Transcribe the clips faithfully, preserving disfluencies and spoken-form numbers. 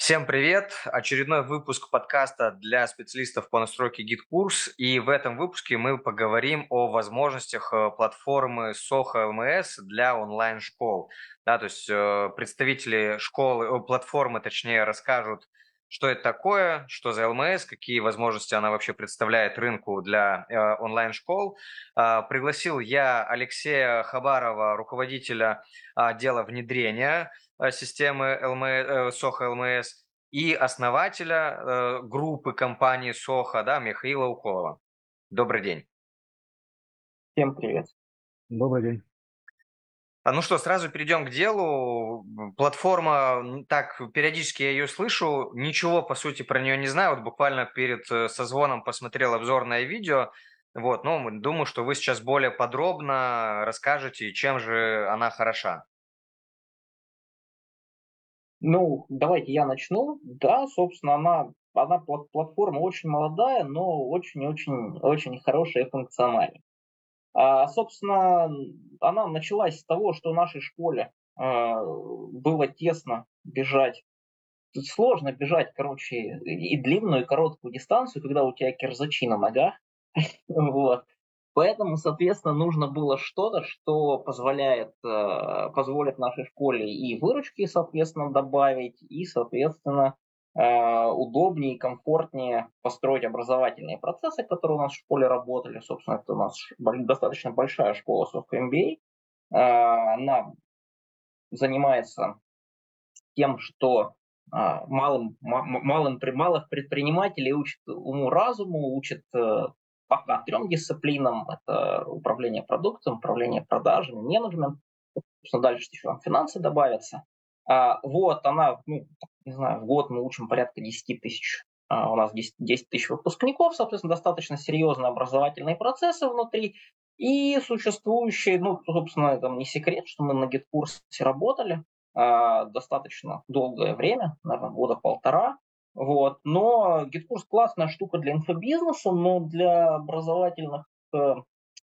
Всем привет! Очередной выпуск подкаста для специалистов по настройке гид-курс. И в этом выпуске мы поговорим о возможностях э, платформы Soho L M S для онлайн-школ. Да, то есть э, представители школы, о, платформы, точнее, расскажут, что это такое, что за L M S, какие возможности она вообще представляет рынку для э, онлайн-школ. А, пригласил я Алексея Хабарова, руководителя отдела внедрения э, системы L M S, э, Soho L M S и основателя э, группы компании Soho, да, Михаила Уколова. Добрый день. Всем привет. Добрый день. А, Ну что, сразу перейдем к делу. М, Платформа, м, так, периодически я ее слышу, ничего, по сути, про нее не знаю. Вот буквально перед э, созвоном посмотрел обзорное видео. Вот, ну, думаю, что вы сейчас более подробно расскажете, чем же она хороша. Ну, давайте я начну. Да, собственно, она, она пла- платформа очень молодая, но очень-очень очень хорошая и функциональная. А, собственно, она началась с того, что в нашей школе а, было тесно бежать. Тут сложно бежать, короче, и длинную, и короткую дистанцию, когда у тебя кирзачи на ногах. Вот. Поэтому, соответственно, нужно было что-то, что позволяет, э, позволит нашей школе и выручки, соответственно, добавить, и, соответственно, э, удобнее и комфортнее построить образовательные процессы, которые у нас в школе работали. Собственно, это у нас ш- боль- достаточно большая школа Soft эм би эй. Э, Она занимается тем, что а, малым, ма- малым, при- малых предпринимателей учат уму-разуму, учат э, пока трем дисциплинам. Это управление продуктом, управление продажами, менеджмент. Собственно, дальше еще финансы добавятся. А, вот, она, ну, не знаю, в год мы учим порядка десять тысяч. А, у нас десять, десять тысяч выпускников, соответственно, достаточно серьезные образовательные процессы внутри. И существующие, ну, собственно, это не секрет, что мы на гид-курсе работали а, достаточно долгое время, наверное, года полтора. Вот. Но гид-курс классная штука для инфобизнеса, но для образовательных э,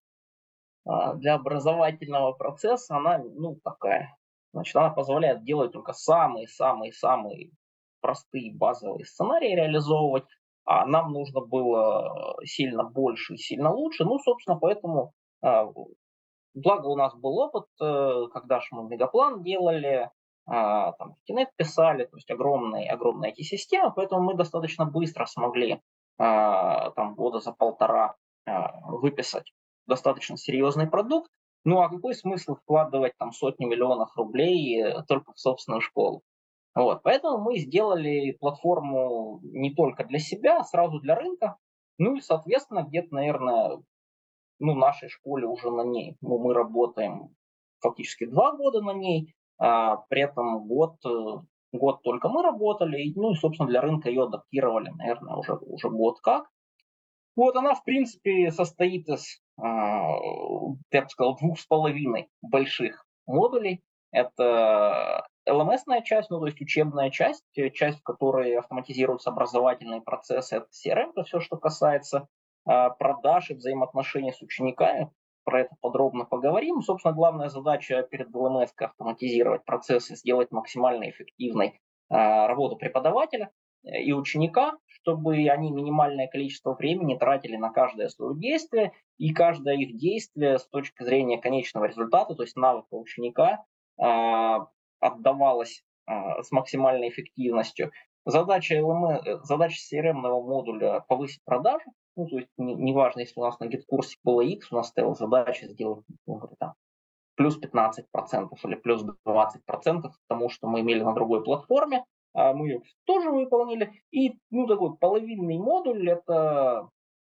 а, для образовательного процесса она, ну, такая. Значит, она позволяет делать только самые-самые-самые простые базовые сценарии реализовывать, а нам нужно было сильно больше и сильно лучше. Ну, собственно, поэтому, а, благо у нас был опыт, э, когда ж мы мегаплан делали, а, там, Кинет писали, то есть огромные, огромные эти системы, поэтому мы достаточно быстро смогли а, там года за полтора а, выписать достаточно серьезный продукт. Ну а какой смысл вкладывать там сотни миллионов рублей э, только в собственную школу? Вот, поэтому мы сделали платформу не только для себя, а сразу для рынка. Ну и, соответственно, где-то, наверное, ну, нашей школе уже на ней, ну, мы работаем фактически два года на ней, а, при этом год, э, год только мы работали, и, ну и, собственно, для рынка ее адаптировали, наверное, уже, уже год как. Вот она, в принципе, состоит из, а, я бы сказал, двух с половиной больших модулей. Это L M S-ная часть, ну, то есть учебная часть, э, часть, в которой автоматизируются образовательные процессы, это C R M, это все, что касается а, продаж и взаимоотношений с учениками. Про это подробно поговорим. Собственно, главная задача перед L M S – автоматизировать процессы, сделать максимально эффективной а, работу преподавателя и ученика, чтобы они минимальное количество времени тратили на каждое свое действие, и каждое их действие с точки зрения конечного результата, то есть навыка ученика, а, отдавалось а, с максимальной эффективностью. Задача, L M S, задача C R M модуля повысить продажи, ну, то есть не- неважно, если у нас на гид-курсе было X, у нас стояла задача сделать, ну, там, плюс пятнадцать процентов или плюс двадцать процентов к тому, что мы имели на другой платформе. А мы ее тоже выполнили. И ну, такой половинный модуль – это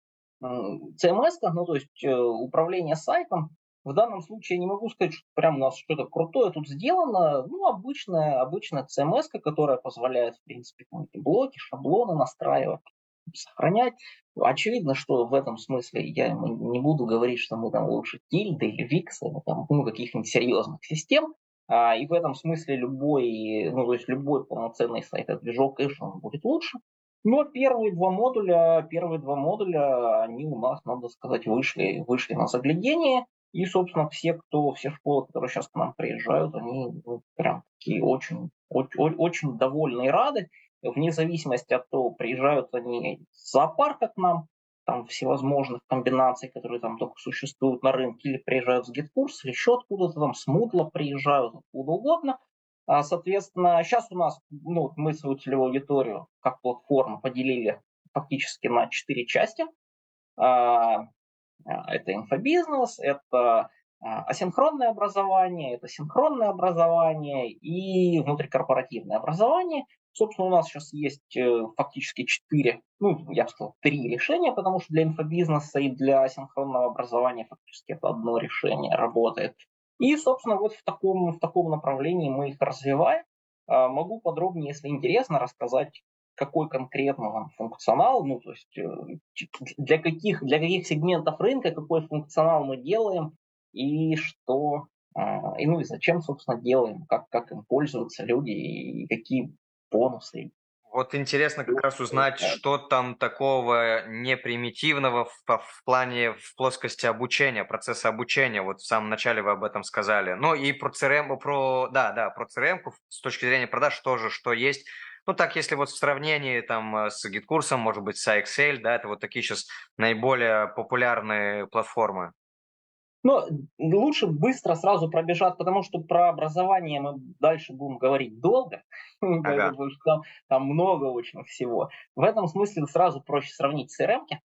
C M S, ну то есть э, управление сайтом. В данном случае я не могу сказать, что прям у нас что-то крутое тут сделано. Ну, обычная, обычная C M S, которая позволяет, в принципе, там, эти блоки, шаблоны настраивать, сохранять. Очевидно, что в этом смысле я не буду говорить, что мы там лучше тильды или викса, или там, ну, каких-нибудь серьезных систем. А, и в этом смысле любой, ну, то есть любой полноценный сайт, это движок, конечно, он будет лучше. Но первые два модуля, первые два модуля, они у нас, надо сказать, вышли, вышли на заглядение. И, собственно, все, кто, все школы, которые сейчас к нам приезжают, они ну, прям такие очень, очень, очень довольны и рады. вне зависимости от того, приезжают они с зоопарка к нам, там всевозможных комбинаций, которые там только существуют на рынке, или приезжают с гид-курса, или еще откуда-то там с Moodle приезжают, откуда угодно. А, соответственно, сейчас у нас, ну, мы свою целевую аудиторию как платформу поделили фактически на четыре части. А, это инфобизнес, это асинхронное образование, это синхронное образование и внутрикорпоративное образование. Собственно, у нас сейчас есть фактически четыре, ну, я бы сказал, три решения, потому что для инфобизнеса и для синхронного образования фактически это одно решение работает. И, собственно, вот в таком, в таком направлении мы их развиваем. Могу подробнее, если интересно, рассказать, какой конкретно вам функционал, ну, то есть для каких, для каких сегментов рынка, какой функционал мы делаем и что, и ну и зачем, собственно, делаем, как, как им пользуются люди и какие бонусы. Вот интересно как раз узнать, что там такого непримитивного в, в плане, в плоскости обучения, процесса обучения. Вот в самом начале вы об этом сказали. Ну и про си эр эм, про, да, да, про си эр эм с точки зрения продаж тоже, что есть. Ну так, если вот в сравнении там с гид-курсом, может быть, с Excel, да, это вот такие сейчас наиболее популярные платформы. Но лучше быстро сразу пробежать, потому что про образование мы дальше будем говорить долго, Ага. потому что там, там много очень всего. В этом смысле сразу проще сравнить си эр эм-ки.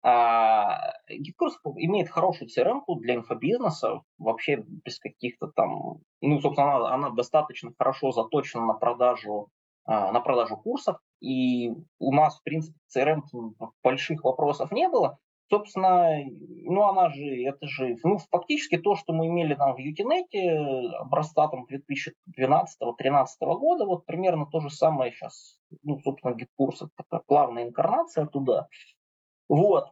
А, GitKurs имеет хорошую си эр эм-ку для инфобизнеса, вообще без каких-то там, ну, собственно, она, она достаточно хорошо заточена на продажу, а, на продажу курсов, и у нас, в принципе, в си эр эм больших вопросов не было. Собственно, ну она же, это же, ну фактически то, что мы имели там в Utinete образца там две тысячи двенадцатого-тринадцатого года, вот примерно то же самое сейчас, ну, собственно, GitKurs, это такая плавная инкарнация туда. Вот,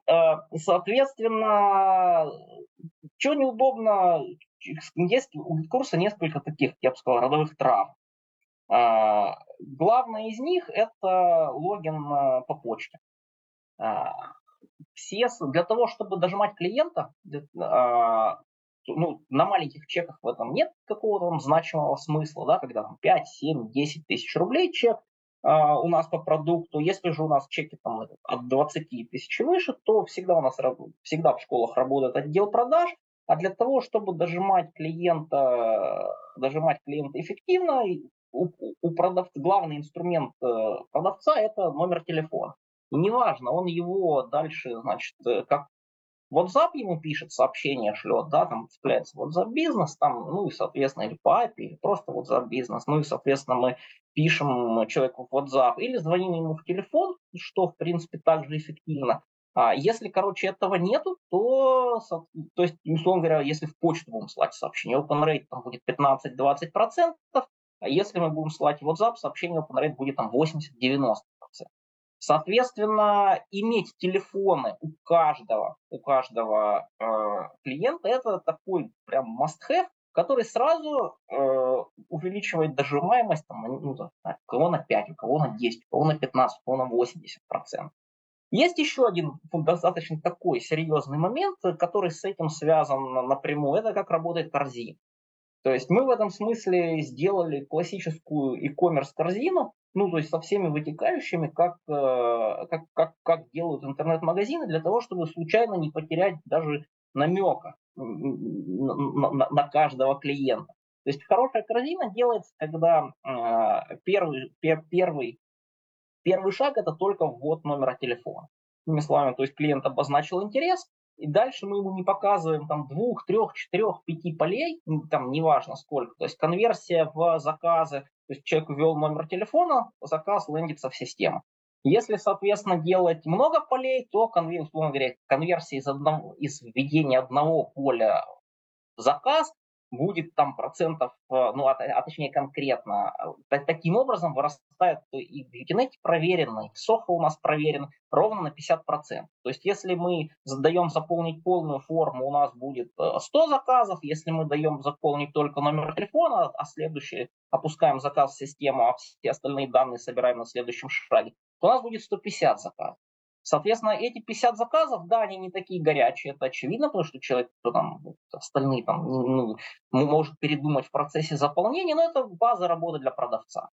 соответственно, что неудобно, есть у GitKurs несколько таких, я бы сказал, родовых трав. Главное из них это логин по почте. Все, для того, чтобы дожимать клиента, а, ну, на маленьких чеках в этом нет какого-то там значимого смысла, да, когда там пять, семь, десять тысяч рублей чек а, у нас по продукту. Если же у нас чеки там от двадцати тысяч выше, то всегда у нас всегда в школах работает отдел продаж, а для того, чтобы дожимать клиента, дожимать клиента эффективно, у, у продавца, главный инструмент продавца это номер телефона. И неважно, он его дальше, значит, как WhatsApp ему пишет, сообщение шлет, да, там цепляется WhatsApp бизнес, там, ну и, соответственно, или по эй пи ай, или просто WhatsApp бизнес, ну и, соответственно, мы пишем человеку в WhatsApp или звоним ему в телефон, что, в принципе, также эффективно. А если, короче, этого нету, то, то есть, условно говоря, если в почту будем слать сообщение, open rate там будет пятнадцать-двадцать процентов, а если мы будем слать в WhatsApp, сообщение open rate будет там восемьдесят-девяносто процентов. Соответственно, иметь телефоны у каждого, у каждого э, клиента это такой прям must-have, который сразу э, увеличивает дожимаемость там, ну, у кого на пять, у кого на десять, у кого на пятнадцать, у кого на восемьдесят процентов. Есть еще один достаточно такой серьезный момент, который с этим связан напрямую, это как работает корзина. То есть мы в этом смысле сделали классическую e-commerce корзину, ну, то есть со всеми вытекающими, как, как, как, как делают интернет-магазины, для того, чтобы случайно не потерять даже намека на, на, на каждого клиента. То есть хорошая корзина делается, когда э, первый, пер, первый, первый шаг это только ввод номера телефона. Другими словами, то есть клиент обозначил интерес, и дальше мы ему не показываем там двух, трех, четырех, пяти полей, там неважно сколько. То есть конверсия в заказы, то есть человек ввел номер телефона, заказ лендится в систему. Если, соответственно, делать много полей, то конвер, условно говоря, конверсия из, одного, из введения одного поля в заказ будет там процентов, ну, а, а точнее конкретно, таким образом вырастает и в Utinete проверено, и в Soho у нас проверено ровно на пятьдесят процентов. То есть если мы задаем заполнить полную форму, у нас будет сто заказов, если мы даем заполнить только номер телефона, а следующий опускаем заказ в систему, а все остальные данные собираем на следующем шаге, то у нас будет сто пятьдесят заказов. Соответственно, эти пятьдесят заказов, да, они не такие горячие, это очевидно, потому что человек, кто там, остальные там, ну, может передумать в процессе заполнения, но это база работы для продавца.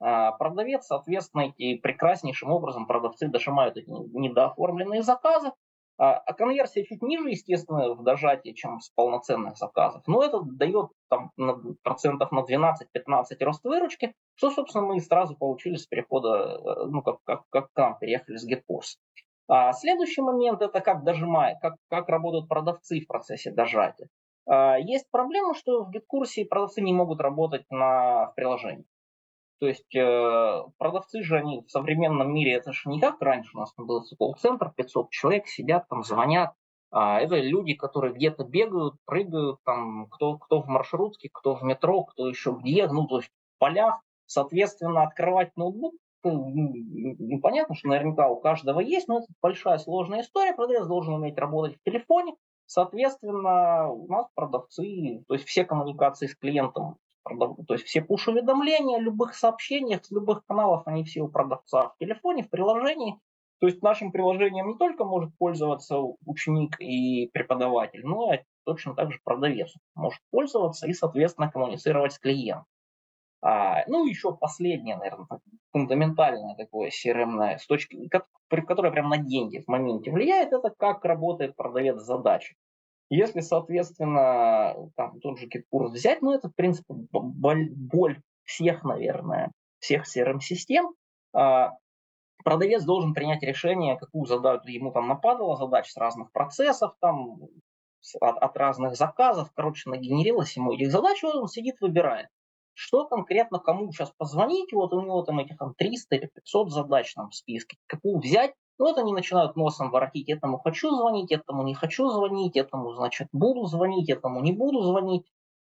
А продавец, соответственно, эти прекраснейшим образом продавцы дожимают эти недооформленные заказы, а, а конверсия чуть ниже, естественно, в дожатии, чем с полноценных заказов. Но это дает там, на, процентов на двенадцать-пятнадцать рост выручки, что, собственно, мы сразу получили с перехода, ну, как, как, как к нам переехали с GitKurs. А следующий момент – это как дожимает, как, как работают продавцы в процессе дожатия. А, есть проблема, что в GitKurs продавцы не могут работать на, в приложении. То есть э, продавцы же, они в современном мире, это же не как раньше у нас был колл-центр, пятьсот человек сидят там, звонят. А это люди, которые где-то бегают, прыгают, там, кто, кто в маршрутке, кто в метро, кто еще где, ну, то есть в полях. Соответственно, открывать ноутбук, ну, ну, понятно, что наверняка у каждого есть, но это большая сложная история. Продавец должен уметь работать в телефоне. Соответственно, у нас продавцы, то есть все коммуникации с клиентом, то есть все пуш-уведомления, любых сообщений, с любых каналов, они все у продавца в телефоне, в приложении. То есть нашим приложением не только может пользоваться ученик и преподаватель, но и точно так же продавец может пользоваться и, соответственно, коммуницировать с клиентом. А, ну, еще последнее, наверное, фундаментальное такое си эр эм, с точки, которое прям на деньги в моменте влияет, это как работает продавец с задачей. Если, соответственно, там тот же GitKurs взять, ну это, в принципе, боль, боль всех, наверное, всех си эр эм-систем, а, продавец должен принять решение, какую задачу ему там нападало, задач с разных процессов, там, от, от разных заказов, короче, нагенерилось ему этих задач, вот он сидит, выбирает, что конкретно кому сейчас позвонить, вот у него там этих там триста или пятьсот задач там в списке, какую взять. Ну, вот они начинают носом воротить, этому хочу звонить, этому не хочу звонить, этому, значит, буду звонить, этому не буду звонить.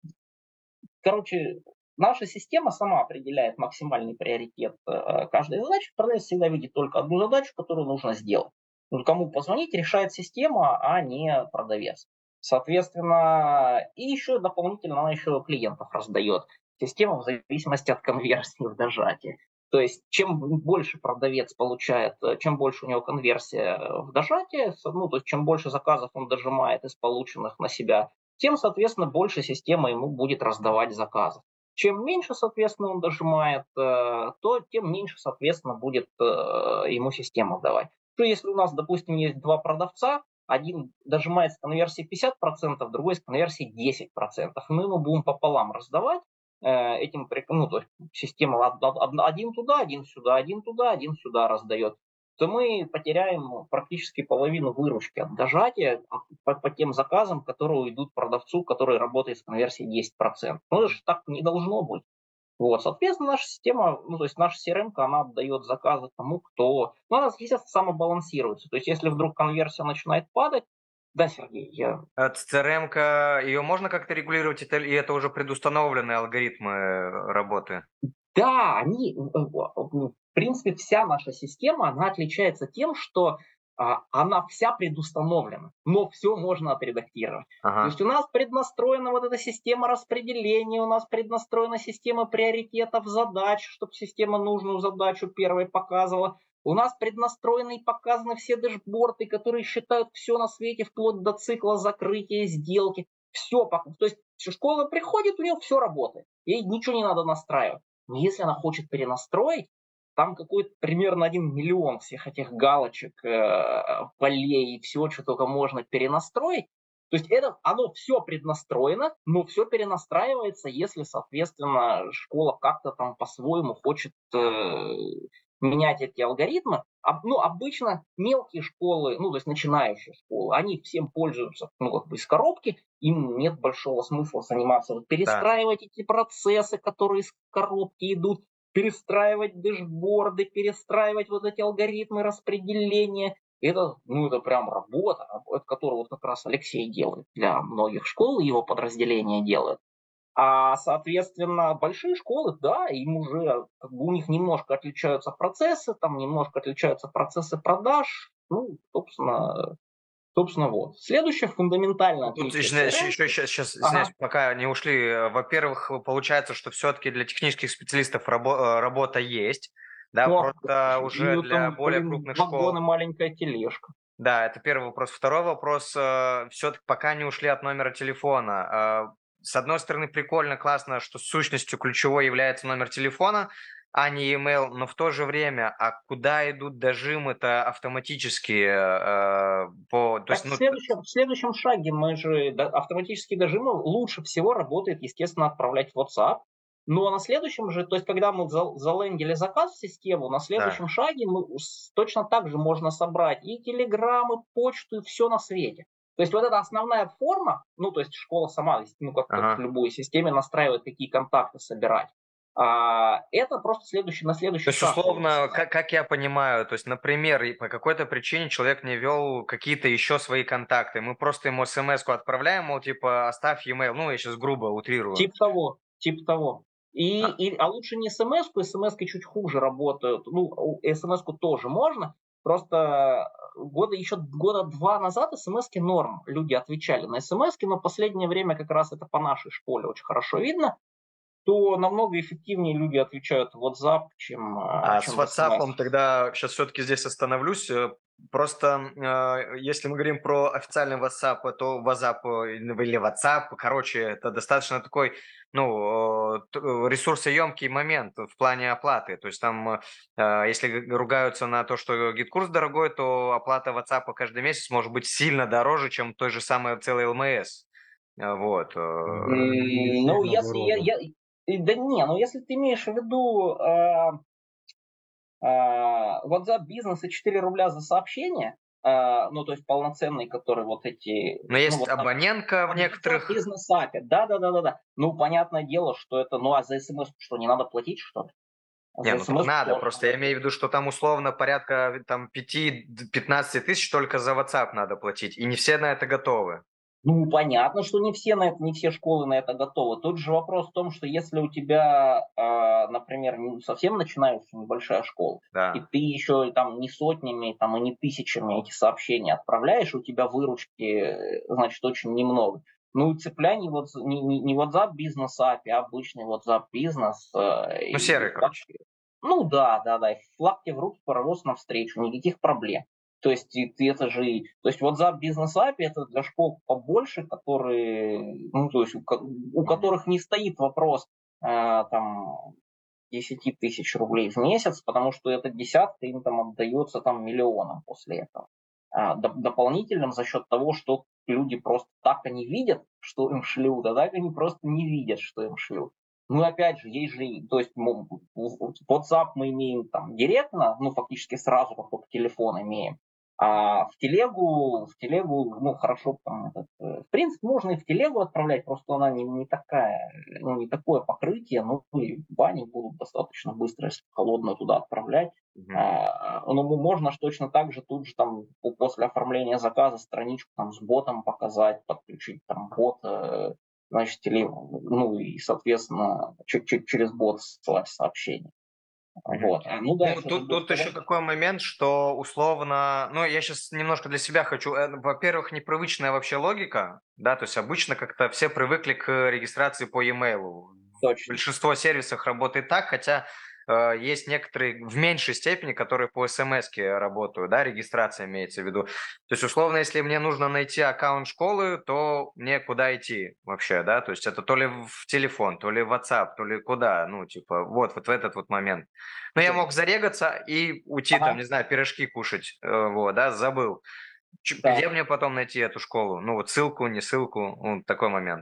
Короче, наша система сама определяет максимальный приоритет каждой задачи. Продавец всегда видит только одну задачу, которую нужно сделать. Кому позвонить, решает система, а не продавец. Соответственно, и еще дополнительно она еще клиентов раздает. Система в зависимости от конверсии в дожатии. То есть, чем больше продавец получает, чем больше у него конверсия в дожатии, ну, то есть, чем больше заказов он дожимает из полученных на себя, тем, соответственно, больше система ему будет раздавать заказов. Чем меньше, соответственно, он дожимает, то тем меньше, соответственно, будет ему система давать. Что если у нас, допустим, есть два продавца, один дожимает с конверсией пятьдесят процентов, другой с конверсией десять процентов. Мы ему будем пополам раздавать. Этим, ну, то есть система один туда, один сюда, один туда, один сюда раздает, то мы потеряем практически половину выручки от дожатия по, по тем заказам, которые идут продавцу, который работает с конверсией десять процентов. Ну, это же так не должно быть. Вот, соответственно, наша система, ну, то есть наша си эр эм, она отдает заказы тому, кто... Ну, она, естественно, самобалансируется. То есть, если вдруг конверсия начинает падать, да, Сергей, я... си эр эм, ее можно как-то регулировать, и это уже предустановленные алгоритмы работы? Да, они, в принципе, вся наша система, она отличается тем, что а, она вся предустановлена, но все можно отредактировать. Ага. То есть у нас преднастроена вот эта система распределения, у нас преднастроена система приоритетов задач, чтобы система нужную задачу первой показывала. У нас преднастроены и показаны все дэшборды, которые считают все на свете, вплоть до цикла закрытия сделки. Все, то есть школа приходит, у нее все работает, ей ничего не надо настраивать. Но если она хочет перенастроить, там какой-то примерно один миллион всех этих галочек, э, полей и всего, что только можно перенастроить. То есть это, оно все преднастроено, но все перенастраивается, если, соответственно, школа как-то там по-своему хочет э, менять эти алгоритмы. Ну, обычно мелкие школы, ну, то есть начинающие школы, они всем пользуются, ну, как бы из коробки, им нет большого смысла заниматься, вот, перестраивать да. эти процессы, которые из коробки идут, перестраивать дэшборды, перестраивать вот эти алгоритмы распределения. Это, ну, это прям работа, которую вот как раз Алексей делает для многих школ, его подразделения делают. А, соответственно, большие школы, да, им уже, как бы у них немножко отличаются процессы, там немножко отличаются процессы продаж, ну, собственно, собственно, вот. Следующее фундаментальное отличие. Еще, еще сейчас, сейчас ага. извиняюсь, пока не ушли. Во-первых, получается, что все-таки для технических специалистов рабо- работа есть, да, О, просто уже для там, более блин, крупных вагон школ. И маленькая тележка. Да, это первый вопрос. Второй вопрос, все-таки пока не ушли от номера телефона. С одной стороны, прикольно, классно, что сущностью ключевой является номер телефона, а не e-mail, но в то же время, а куда идут дожимы-то автоматические, э, по то есть, Так в ну, следующем, в следующем шаге мы же да, автоматические дожимы лучше всего работает, естественно, отправлять в WhatsApp. Ну а на следующем же, то есть когда мы за- залендили заказ в систему, на да. следующем шаге мы с- точно так же можно собрать и телеграммы, почту, и все на свете. То есть вот эта основная форма, ну то есть школа сама, ну как, как в Ага. любой системе настраивает, какие контакты собирать. А, это просто следующий, на То следующий есть, шаг условно, вынесено. как как я понимаю, то есть, например, и по какой-то причине человек не вел какие-то еще свои контакты. Мы просто ему смску отправляем, мол, типа, оставь e-mail. Ну, я сейчас грубо утрирую. Типа того, типа того. И, А, и, а лучше не смс-ку, смс-ки чуть хуже работают. Ну, смс-ку тоже можно, просто года, еще года два назад смс-ки норм. Люди отвечали на смс-ки, но в последнее время как раз это по нашей школе очень хорошо видно, то намного эффективнее люди отвечают в WhatsApp, чем, а, а с чем в смс. "Ватсапом" тогда сейчас все-таки здесь остановлюсь. Э, просто, э, если мы говорим про официальный WhatsApp, то WhatsApp, э, или WhatsApp, короче, это достаточно такой, ну, э, т э, ресурсоемкий момент в плане оплаты. То есть там, э, э, если г ругаются на то, что гид-курс дорогой, то оплата "Ватсапа" каждый месяц может быть сильно дороже, чем той же самой целой ЛМС. Э, вот, э. Или М, Ну, сильно если я, дороже. я- и- да не, ну если ты имеешь в виду а, А, WhatsApp бизнес и четыре рубля за сообщение, а, ну, то есть полноценный, который вот эти, Но ну, есть вот там абонентка в WhatsApp некоторых. бизнес эй пи ай, да-да-да-да-да. Ну, понятное дело, что это, ну, а за смс что, не надо платить, что ли? Не, За ну так смс надо. тоже Просто надо я имею в платить. виду, что там условно порядка там пяти-пятнадцати тысяч только за WhatsApp надо платить, и не все на это готовы. Ну, понятно, что не все на это, не все школы на это готовы. Тут же вопрос в том, что если у тебя, а, например, не- совсем начинающая небольшая школа, и Да. ты еще там не сотнями там, и не тысячами эти сообщения отправляешь, у тебя выручки, э, значит, очень немного. Ну, и цепляй не, вот, не, не, не WhatsApp бизнес эй пи ай, а обычный WhatsApp бизнес. э, Ну, И, серый, так, короче. ну да, да, да, флаг тебе в руки, паровоз навстречу, никаких проблем. То есть и ты это же, и- то есть WhatsApp Business эй пи ай это для школ побольше, которые, ну то есть у, ко- у Мгм. которых не стоит вопрос а, там десять тысяч рублей в месяц, потому что эта десятка им там отдается там миллионом после этого. А, доп- дополнительным за счет того, что люди просто так они видят, что им шлют, а так они просто не видят, что им шлют. Ну, опять же, есть же, то есть м, в- в WhatsApp мы имеем там директно, ну, фактически сразу, как только телефон имеем, а в телегу, в телегу, ну, хорошо, там, этот, э, в принципе, можно и в телегу отправлять, просто она не, не такая, ну, не такое покрытие, ну, и бани будут достаточно быстро, если холодно туда отправлять. Мгм. А, ну, можно ж точно так же тут же там по- после оформления заказа страничку там с ботом показать, подключить там бот, э, значит, или, ну, и, соответственно, чуть- чуть через бот ссылать сообщение. Мгм. Вот. А, ну, Ну, дальше уже тут, будет тут еще такой момент, что условно, ну, я сейчас немножко для себя хочу, э, во-первых, непривычная вообще логика, да, то есть обычно как-то все привыкли к регистрации по e-mail. точно. Большинство сервисов работает так, хотя э, есть некоторые в меньшей степени, которые по смс работают, да, регистрация имеется в виду. То есть, условно, если мне нужно найти аккаунт школы, то мне куда идти вообще, да, то есть это то ли в телефон, то ли в WhatsApp, то ли куда, ну, типа, вот, вот в этот вот момент. Но я мог зарегаться и уйти там, Ага, не знаю, пирожки кушать, э, вот, да, забыл. Чё- где так. мне потом найти эту школу? Ну, вот ссылку, не ссылку, вот такой момент.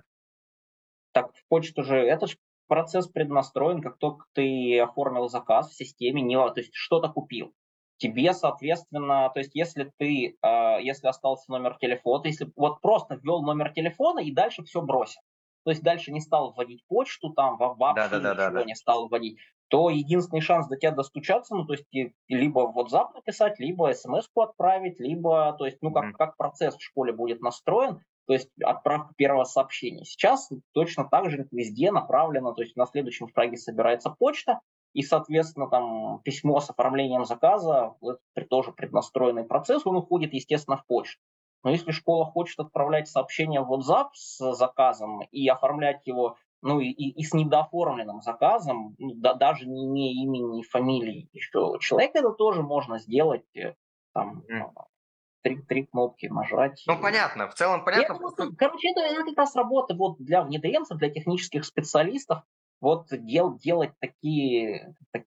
Так в почту же, это же процесс преднастроен, как только ты оформил заказ в системе, не, то есть что-то купил. Тебе, соответственно, то есть если ты, э, если остался номер телефона, если вот просто ввел номер телефона и дальше все бросил, то есть дальше не стал вводить почту, там во- вообще ничего Да-да-да-да-да. не стал вводить, то единственный шанс до тебя достучаться, ну, то есть и либо в WhatsApp написать, либо смс-ку отправить, либо, то есть, ну, как, Мгм. как процесс в школе будет настроен, то есть отправка первого сообщения. Сейчас точно так же, как везде, направлено, то есть на следующем шаге собирается почта, и, соответственно, там письмо с оформлением заказа, это тоже преднастроенный процесс, он уходит, естественно, в почту. Но если школа хочет отправлять сообщение в WhatsApp с заказом и оформлять его, ну и, и, и с недооформленным заказом, ну, да, даже не имея имени и фамилии еще человека, это тоже можно сделать, э, там, Мгм. три, три кнопки нажать, Ну, и понятно, в целом и понятно, это вот, просто. короче, это, это как раз работа вот для внедренцев, для технических специалистов, вот дел, делать такие, так-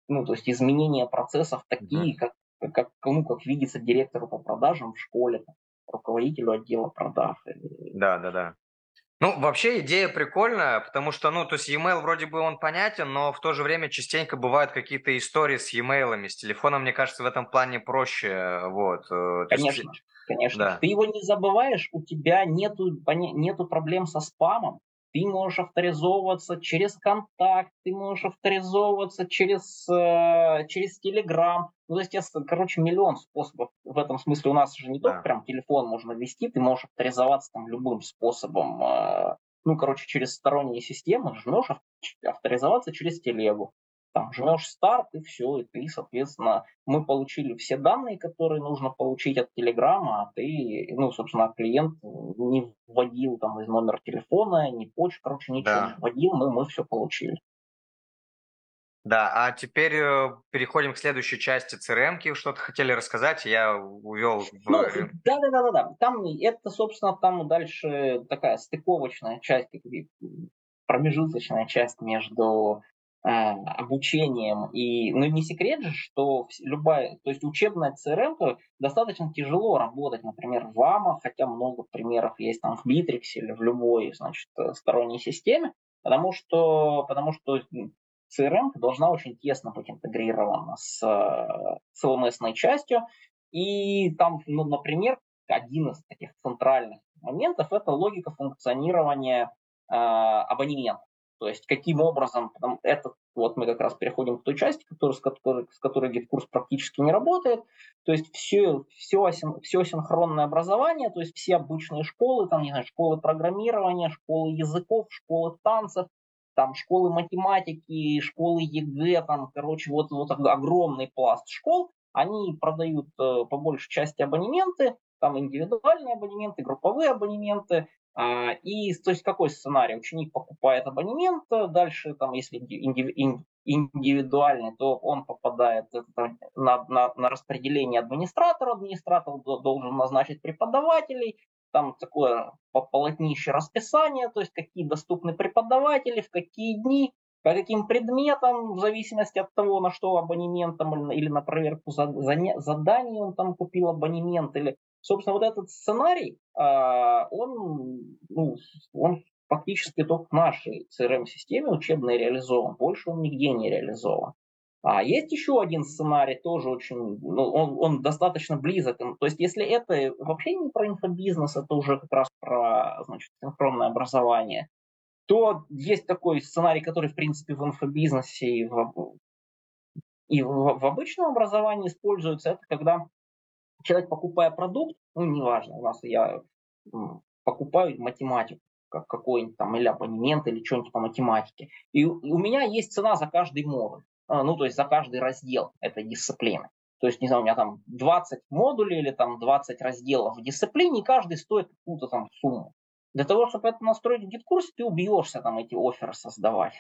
ну, то есть изменения процессов Мгм. такие, как, как, кому как видится директору по продажам в школе, там, руководителю отдела продаж. Или- Да, да, да. Ну, вообще идея прикольная, потому что, ну, то есть e-mail вроде бы он понятен, но в то же время частенько бывают какие-то истории с e-mail'ами. С телефоном, мне кажется, в этом плане проще. э, Вот. э, То есть, Конечно, конечно. да, Ты его не забываешь, у тебя нету, поня- нету проблем со спамом. Ты можешь авторизовываться через контакт, ты можешь авторизовываться через, э, через Telegram. Ну, то есть, я с- короче, миллион способов в этом смысле. У нас же не только да. прям телефон можно ввести, ты можешь авторизоваться там любым способом. э, Ну, короче, через сторонние системы жмешь ав- авторизоваться через телегу. Там жмешь старт и все, и ты, соответственно, мы получили все данные, которые нужно получить от Телеграма, а ты, ну, собственно, клиент не вводил там из номера телефона, ни почту, короче, ничего не Да. вводил, мы, мы все получили. Да, а теперь э, переходим к следующей части C R M-ки. Что-то хотели рассказать, я увел Ну, в... ре- да-да-да-да, там это, собственно, там дальше такая стыковочная часть, как бы, промежуточная часть между э, обучением и, ну, не секрет же, что вс- любая, то есть учебная C R M достаточно тяжело работать, например, в АМА, хотя много примеров есть там в Bittrex или в любой, значит, э, сторонней системе, потому что, потому что м, C R M должна очень тесно быть интегрирована с, э, с L M S-ной частью, и там, ну, например, один из таких центральных моментов – это логика функционирования э, абонемента. То есть каким образом, потому, это вот мы как раз переходим к той части, которая, с которой, с которой GitKurs практически не работает. То есть все, все, асин, все синхронное образование, то есть все обычные школы, там, не знаю, школы программирования, школы языков, школы танцев, там школы математики, школы ЕГЭ, там, короче, вот, вот огромный пласт школ, они продают э, по большей части абонементы, там индивидуальные абонементы, групповые абонементы. А, и то есть какой сценарий? Ученик покупает абонемент, дальше там, если индиви- индивидуальный, то он попадает на, на, на распределение администратора, администратор должен назначить преподавателей, там такое полотнище расписания, то есть какие доступны преподаватели, в какие дни, по каким предметам, в зависимости от того, на что абонементом или на проверку заданий он там купил абонемент. Или, собственно, вот этот сценарий, а, он, ну, он фактически только в нашей C R M-системе учебной реализован. Больше он нигде не реализован. А есть еще один сценарий, тоже очень, ну, он, он достаточно близок. То есть, если это вообще не про инфобизнес, это уже как раз про, значит, синхронное образование, то есть такой сценарий, который, в принципе, в инфобизнесе и в, и в, в обычном образовании используется. Это когда человек, покупая продукт, ну, неважно, у нас я м, покупаю математику, как какой-нибудь там, или абонемент, или что-нибудь по математике. И у, и у меня есть цена за каждый модуль, а, ну, то есть за каждый раздел этой дисциплины. То есть, не знаю, у меня там двадцать модулей или там двадцать разделов в дисциплине, и каждый стоит какую-то там сумму. Для того, чтобы это настроить в гид-курсе, ты убьешься там эти офферы создавать.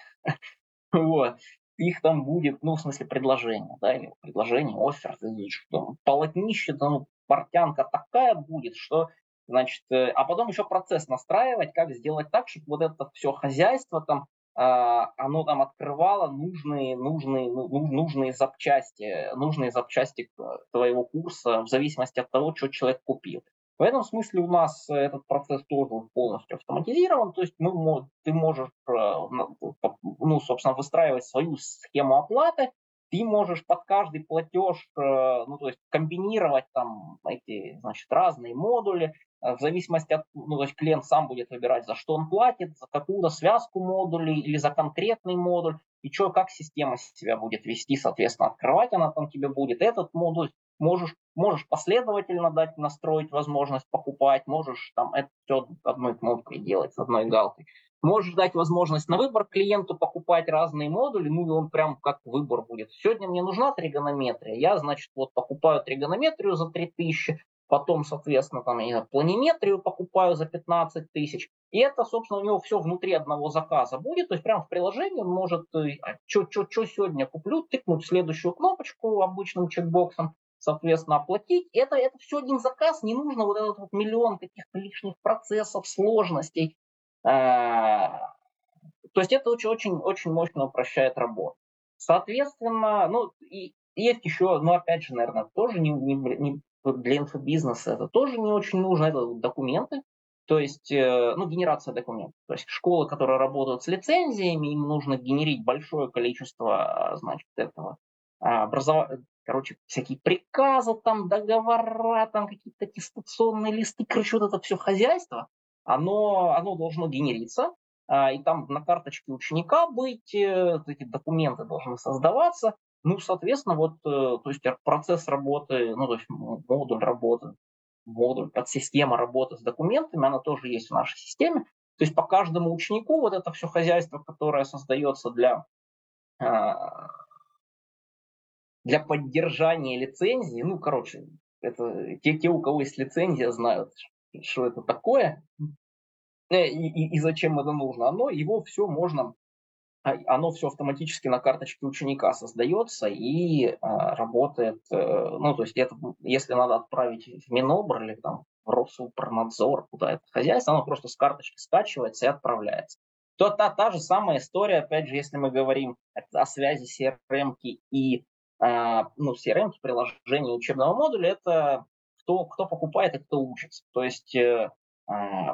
Вот. Их там будет, ну, в смысле, предложение, да, или предложение, оффер, что полотнище, да, ну, портянка такая будет, что, значит, э, а потом еще процесс настраивать, как сделать так, чтобы вот это все хозяйство там, а, оно там открывало нужные, нужные, ну, ну, нужные запчасти, нужные запчасти твоего курса в зависимости от того, что человек купил. В этом смысле у нас этот процесс тоже полностью автоматизирован, то есть мы, ты можешь, э, ну, собственно, выстраивать свою схему оплаты, ты можешь под каждый платеж, э, ну, то есть комбинировать там эти, значит, разные модули, э, в зависимости от, ну, то есть клиент сам будет выбирать, за что он платит, за какую-то связку модулей или за конкретный модуль, и что, как система себя будет вести, соответственно, открывать она там тебе будет этот модуль, можешь, можешь последовательно дать, настроить возможность покупать, можешь там это все одной кнопкой делать, с одной галкой. Можешь дать возможность на выбор клиенту покупать разные модули, ну и он прям как выбор будет. Сегодня мне нужна тригонометрия, я, значит, вот покупаю тригонометрию за три тысячи, потом, соответственно, там, я планиметрию покупаю за пятнадцать тысяч. И это, собственно, у него все внутри одного заказа будет. То есть прямо в приложении он может, что сегодня куплю, тыкнуть следующую кнопочку обычным чекбоксом, соответственно, оплатить. Это, это все один заказ, не нужно вот этот вот миллион каких-то лишних процессов, сложностей. То есть это очень, очень, очень мощно упрощает работу. Соответственно, ну, и есть еще, ну, опять же, наверное, тоже не, не- не- для инфобизнеса это тоже не очень нужно, это вот документы, то есть, э, ну, генерация документов. То есть школы, которые работают с лицензиями, им нужно генерить большое количество, а, значит, этого образования, короче, всякие приказы, там, договора, там, какие-то аттестационные листы, короче, вот это все хозяйство, оно, оно должно генериться, а, и там на карточке ученика быть, э, эти документы должны создаваться. Ну, соответственно, вот, э, то есть процесс работы, ну, то есть модуль работы, модуль, подсистема работы с документами, она тоже есть в нашей системе. То есть по каждому ученику вот это все хозяйство, которое создается для, а, для поддержания лицензии, ну, короче, это те, те, у кого есть лицензия, знают, что это такое э, и, и, и зачем это нужно. Оно, его все можно а, оно все автоматически на карточке ученика создается и а, работает. э, Ну, то есть это, если надо отправить в Минобр или там в Росупрнадзор, куда это хозяйство, оно просто с карточки скачивается и отправляется. То та, та же самая история, опять же, если мы говорим о, о связи си эр эм и а, ну, си эр эм, приложения учебного модуля, это кто, кто покупает и кто учится. То есть э, а,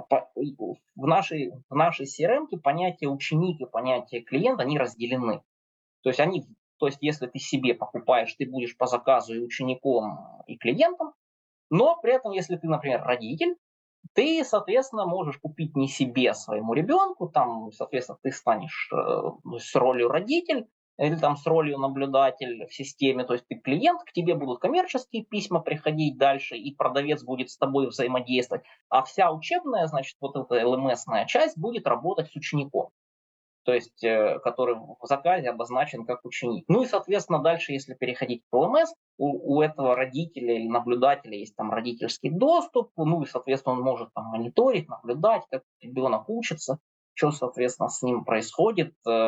в нашей, в нашей си эр эм понятие ученик и понятие клиент, они разделены. То есть они, то есть если ты себе покупаешь, ты будешь по заказу и учеником, и клиентом, но при этом, если ты, например, родитель, ты, соответственно, можешь купить не себе, а своему ребенку, там, соответственно, ты станешь э, с ролью родитель или там с ролью наблюдатель в системе, то есть ты клиент, к тебе будут коммерческие письма приходить дальше, и продавец будет с тобой взаимодействовать, а вся учебная, значит, вот эта эл эм эс-ная часть будет работать с учеником, то есть э, который в заказе обозначен как ученик. Ну и, соответственно, дальше, если переходить к эл эм эс, у, у этого родителя или наблюдателя есть там родительский доступ, ну и, соответственно, он может там мониторить, наблюдать, как ребенок учится, что, соответственно, с ним происходит,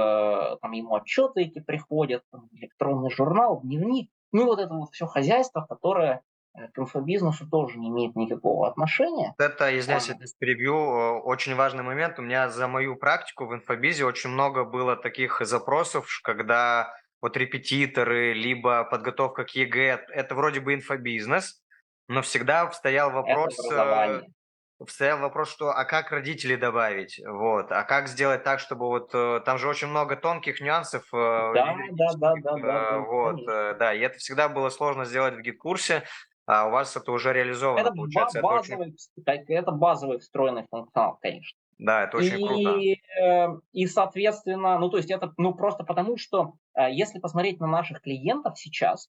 э, там ему отчеты эти приходят, там, электронный журнал, дневник, ну и вот это вот все хозяйство, которое э, к инфобизнесу тоже не имеет никакого отношения. Это, А, извиняюсь, я здесь перебью, э, очень важный момент. У меня за мою практику в инфобизе очень много было таких запросов, ш- когда вот репетиторы, либо подготовка к е гэ, это вроде бы инфобизнес, но всегда стоял это вопрос, э, образование. стоял вопрос, что а как родителей добавить, вот, а как сделать так, чтобы вот э, там же очень много тонких нюансов э, Да, да, да, юридических, да, да, э, да, вот, конечно. э, да, и это всегда было сложно сделать в гид-курсе, а у вас это уже реализовано, Это получается, это очень, базовый, это базовый встроенный функционал, конечно. да, это очень круто. И, э, и, соответственно, ну, то есть это, ну, просто потому, что э, если посмотреть на наших клиентов сейчас,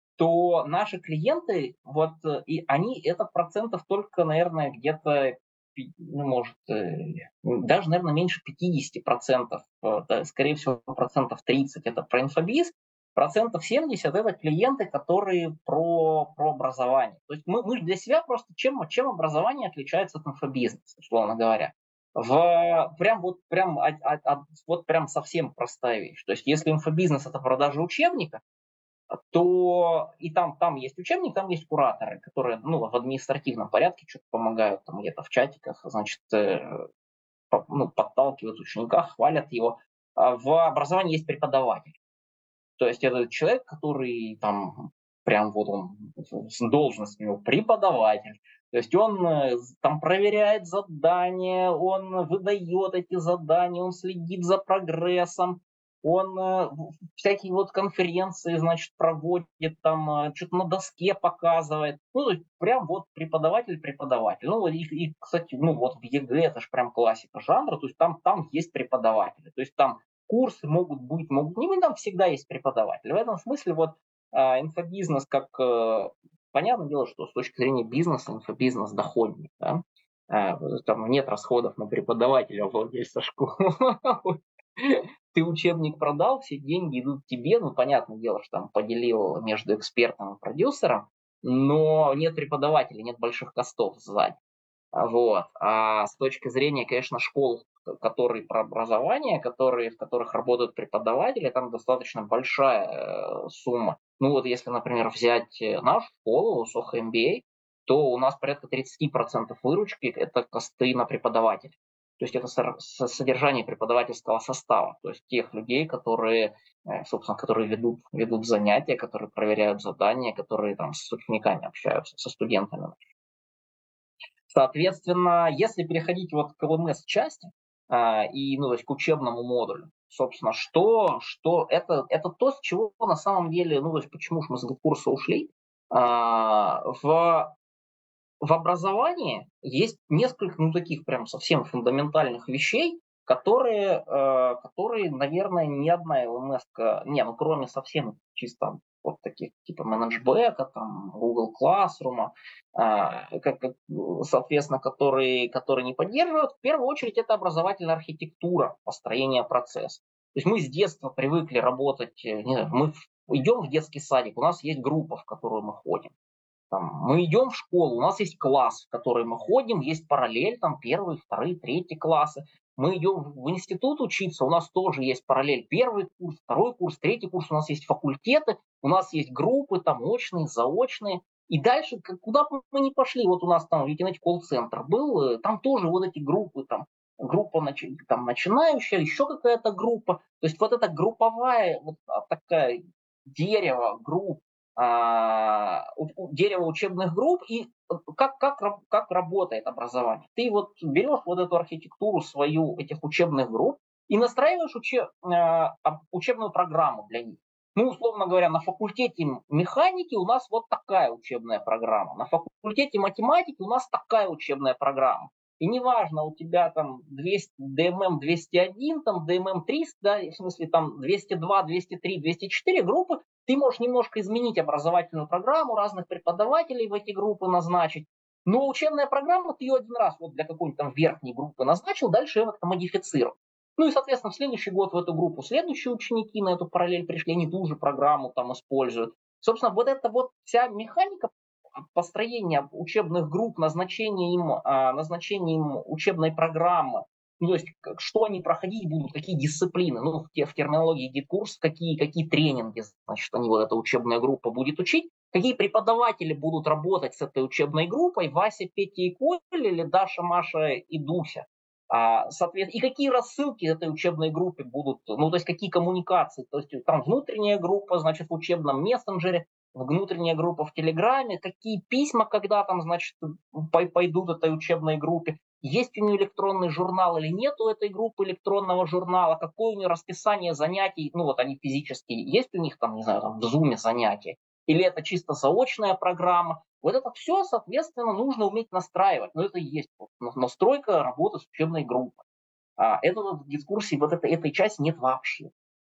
то наши клиенты, вот, э, и они, это процентов только, наверное, где-то, пи- ну, может, э, даже, наверное, меньше пятьдесят процентов, э, да, скорее всего, процентов тридцать это про инфобиз, процентов семьдесят это клиенты, которые про, про образование. То есть мы, мы для себя просто, чем, чем образование отличается от инфобизнеса, условно говоря. В, прям вот прям, от- от- от- вот прям совсем простая вещь. То есть если инфобизнес это продажа учебника, то и там, там есть учебник, там есть кураторы, которые ну, в административном порядке что-то помогают там где-то в чатиках, значит, э, по- ну, подталкивают ученика, хвалят его. А в образовании есть преподаватель. То есть это человек, который там прям вот он, с должность у него преподаватель. То есть он э, там проверяет задания, он выдает эти задания, он следит за прогрессом, он э, всякие вот конференции, значит, проводит, там э, что-то на доске показывает. Ну, то есть прям вот преподаватель-преподаватель. Ну, и, и, кстати, ну вот в е гэ это же прям классика жанра, то есть там, там есть преподаватели. То есть там курсы могут быть, могут не быть, там всегда есть преподаватель. В этом смысле вот а, инфобизнес как, э, понятное дело, что с точки зрения бизнеса инфобизнес доходник, да? А, там нет расходов на преподавателя, владельца школы. Ты учебник продал, все деньги идут тебе, ну, понятное дело, что там поделил между экспертом и продюсером, но нет преподавателя, нет больших костов сзади. А, Вот. А с точки зрения, конечно, школ, которые про образование, которые, в которых работают преподаватели, там достаточно большая э, сумма. Ну вот если, например, взять э, нашу школу, Soho эм би эй, то у нас порядка тридцать процентов выручки– это косты на преподавателя. То есть это содержание преподавательского состава, то есть тех людей, которые, собственно, которые ведут, ведут занятия, которые проверяют задания, которые там с учениками общаются, со студентами. Соответственно, если переходить вот к эл эм эс-части а, и ну, то есть к учебному модулю, собственно, что, что это, это то, с чего на самом деле, ну, то есть почему же мы с курса ушли, а, в в образовании есть несколько, ну, таких прям совсем фундаментальных вещей, которые, э, которые, наверное, ни одна эл эм эс, не, ну, кроме совсем чисто вот таких типа менеджбека, там, Google Classroom, э, как, как, соответственно, которые, которые не поддерживают, в первую очередь это образовательная архитектура построения процесса. То есть мы с детства привыкли работать, не знаю, мы идем в детский садик, у нас есть группа, в которую мы ходим. Там, мы идем в школу, у нас есть класс, в который мы ходим, есть параллель, там первые, вторые, третьи классы. Мы идем в институт учиться, у нас тоже есть параллель. Первый курс, второй курс, третий курс, у нас есть факультеты, у нас есть группы, там очные, заочные. И дальше, куда бы мы ни пошли, вот у нас там, видите, колл-центр был, там тоже вот эти группы, там, группа там, начинающая, еще какая-то группа. То есть вот эта групповая, вот такая дерево групп, дерево учебных групп и как, как, как работает образование. Ты вот берешь вот эту архитектуру свою этих учебных групп и настраиваешь учеб, учебную программу для них. Ну, условно говоря, на факультете механики у нас вот такая учебная программа, на факультете математики у нас такая учебная программа. И неважно, у тебя там двести, ди эм эм двести один, там ди эм эм триста, да, в смысле там двести два, двести три, двести четыре группы, ты можешь немножко изменить образовательную программу, разных преподавателей в эти группы назначить. Но учебная программа, ты ее один раз вот для какой-нибудь там верхней группы назначил, дальше ее как-то модифицировал. Ну и, соответственно, в следующий год в эту группу следующие ученики на эту параллель пришли, они ту же программу там используют. Собственно, вот эта вот вся механика построения учебных групп, назначение им, назначение им учебной программы, ну, то есть что они проходить будут, какие дисциплины, ну, в, в терминологии гид-курс, какие, какие тренинги, значит, они вот эта учебная группа будет учить, какие преподаватели будут работать с этой учебной группой, Вася, Петя и Коля или Даша, Маша и Дуся. А, соответственно, и какие рассылки этой учебной группе будут, ну, то есть какие коммуникации, то есть там внутренняя группа, значит, в учебном мессенджере, внутренняя группа в Телеграме, какие письма, когда там, значит, пойдут этой учебной группе, есть у нее электронный журнал или нет у этой группы электронного журнала, какое у нее расписание занятий, ну вот они физические, есть у них там, не знаю, там в Zoom занятия, или это чисто заочная программа. Вот это все, соответственно, нужно уметь настраивать, но это и есть настройка работы с учебной группой. А это вот в дискурсе вот это, этой части нет вообще.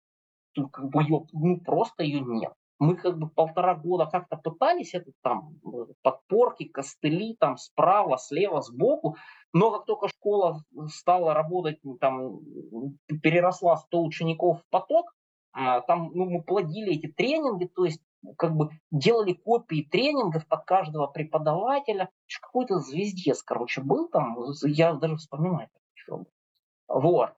Тут как бы ее, ну, просто ее нет. Мы как бы полтора года как-то пытались, это там подпорки, костыли, там справа, слева, сбоку, но как только школа стала работать, там переросла сто учеников в поток, там ну, мы плодили эти тренинги, то есть как бы делали копии тренингов под каждого преподавателя. Какой-то звездец, короче, был там, я даже вспоминать не хочу. Вот.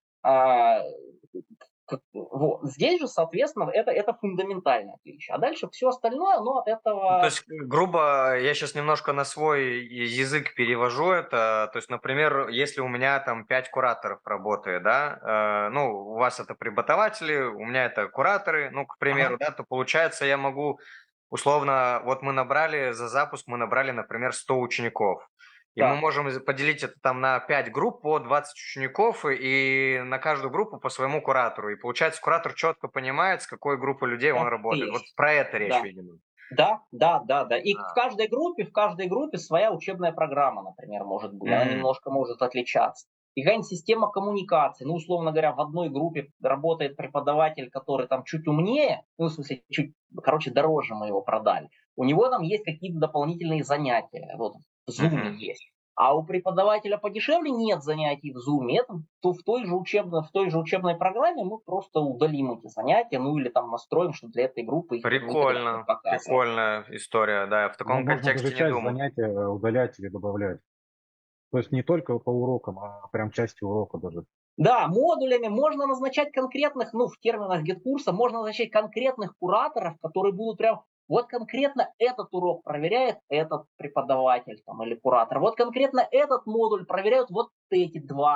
Вот. Здесь же, соответственно, это, это фундаментальное отличие. А дальше все остальное, оно от этого... То есть, грубо, я сейчас немножко на свой язык перевожу это. То есть, например, если у меня там пять кураторов работает, да, э, ну, у вас это преподаватели, у меня это кураторы, ну, к примеру, ага. Да, то получается я могу, условно, вот мы набрали, за запуск мы набрали, например, сто учеников. И да. Мы можем поделить это там на пять групп по двадцать учеников и на каждую группу по своему куратору. И получается, куратор четко понимает, с какой группой людей так он работает. Вот про это речь, да. видимо. Да, да, да, да. И а. в каждой группе, в каждой группе своя учебная программа, например, может быть. Mm-hmm. Она немножко может отличаться. И какая-нибудь система коммуникации. Ну, условно говоря, в одной группе работает преподаватель, который там чуть умнее, ну, в смысле, чуть, короче, дороже мы его продали. У него там есть какие-то дополнительные занятия. Вот в Zoom mm-hmm. есть. А у преподавателя подешевле нет занятий в Zoom. Это то в той же учебной, в той же учебной программе мы просто удалим эти занятия, ну или там настроим, что для этой группы их прикольно, прикольная история, да. В таком ну, контексте можно даже не часть думал. занятия удалять или добавлять. То есть не только по урокам, а прям части урока даже. Да, модулями можно назначать конкретных, ну, в терминах гид-курса, можно назначать конкретных кураторов, которые будут прям, вот конкретно этот урок проверяет этот преподаватель там, или куратор, вот конкретно этот модуль проверяют вот эти два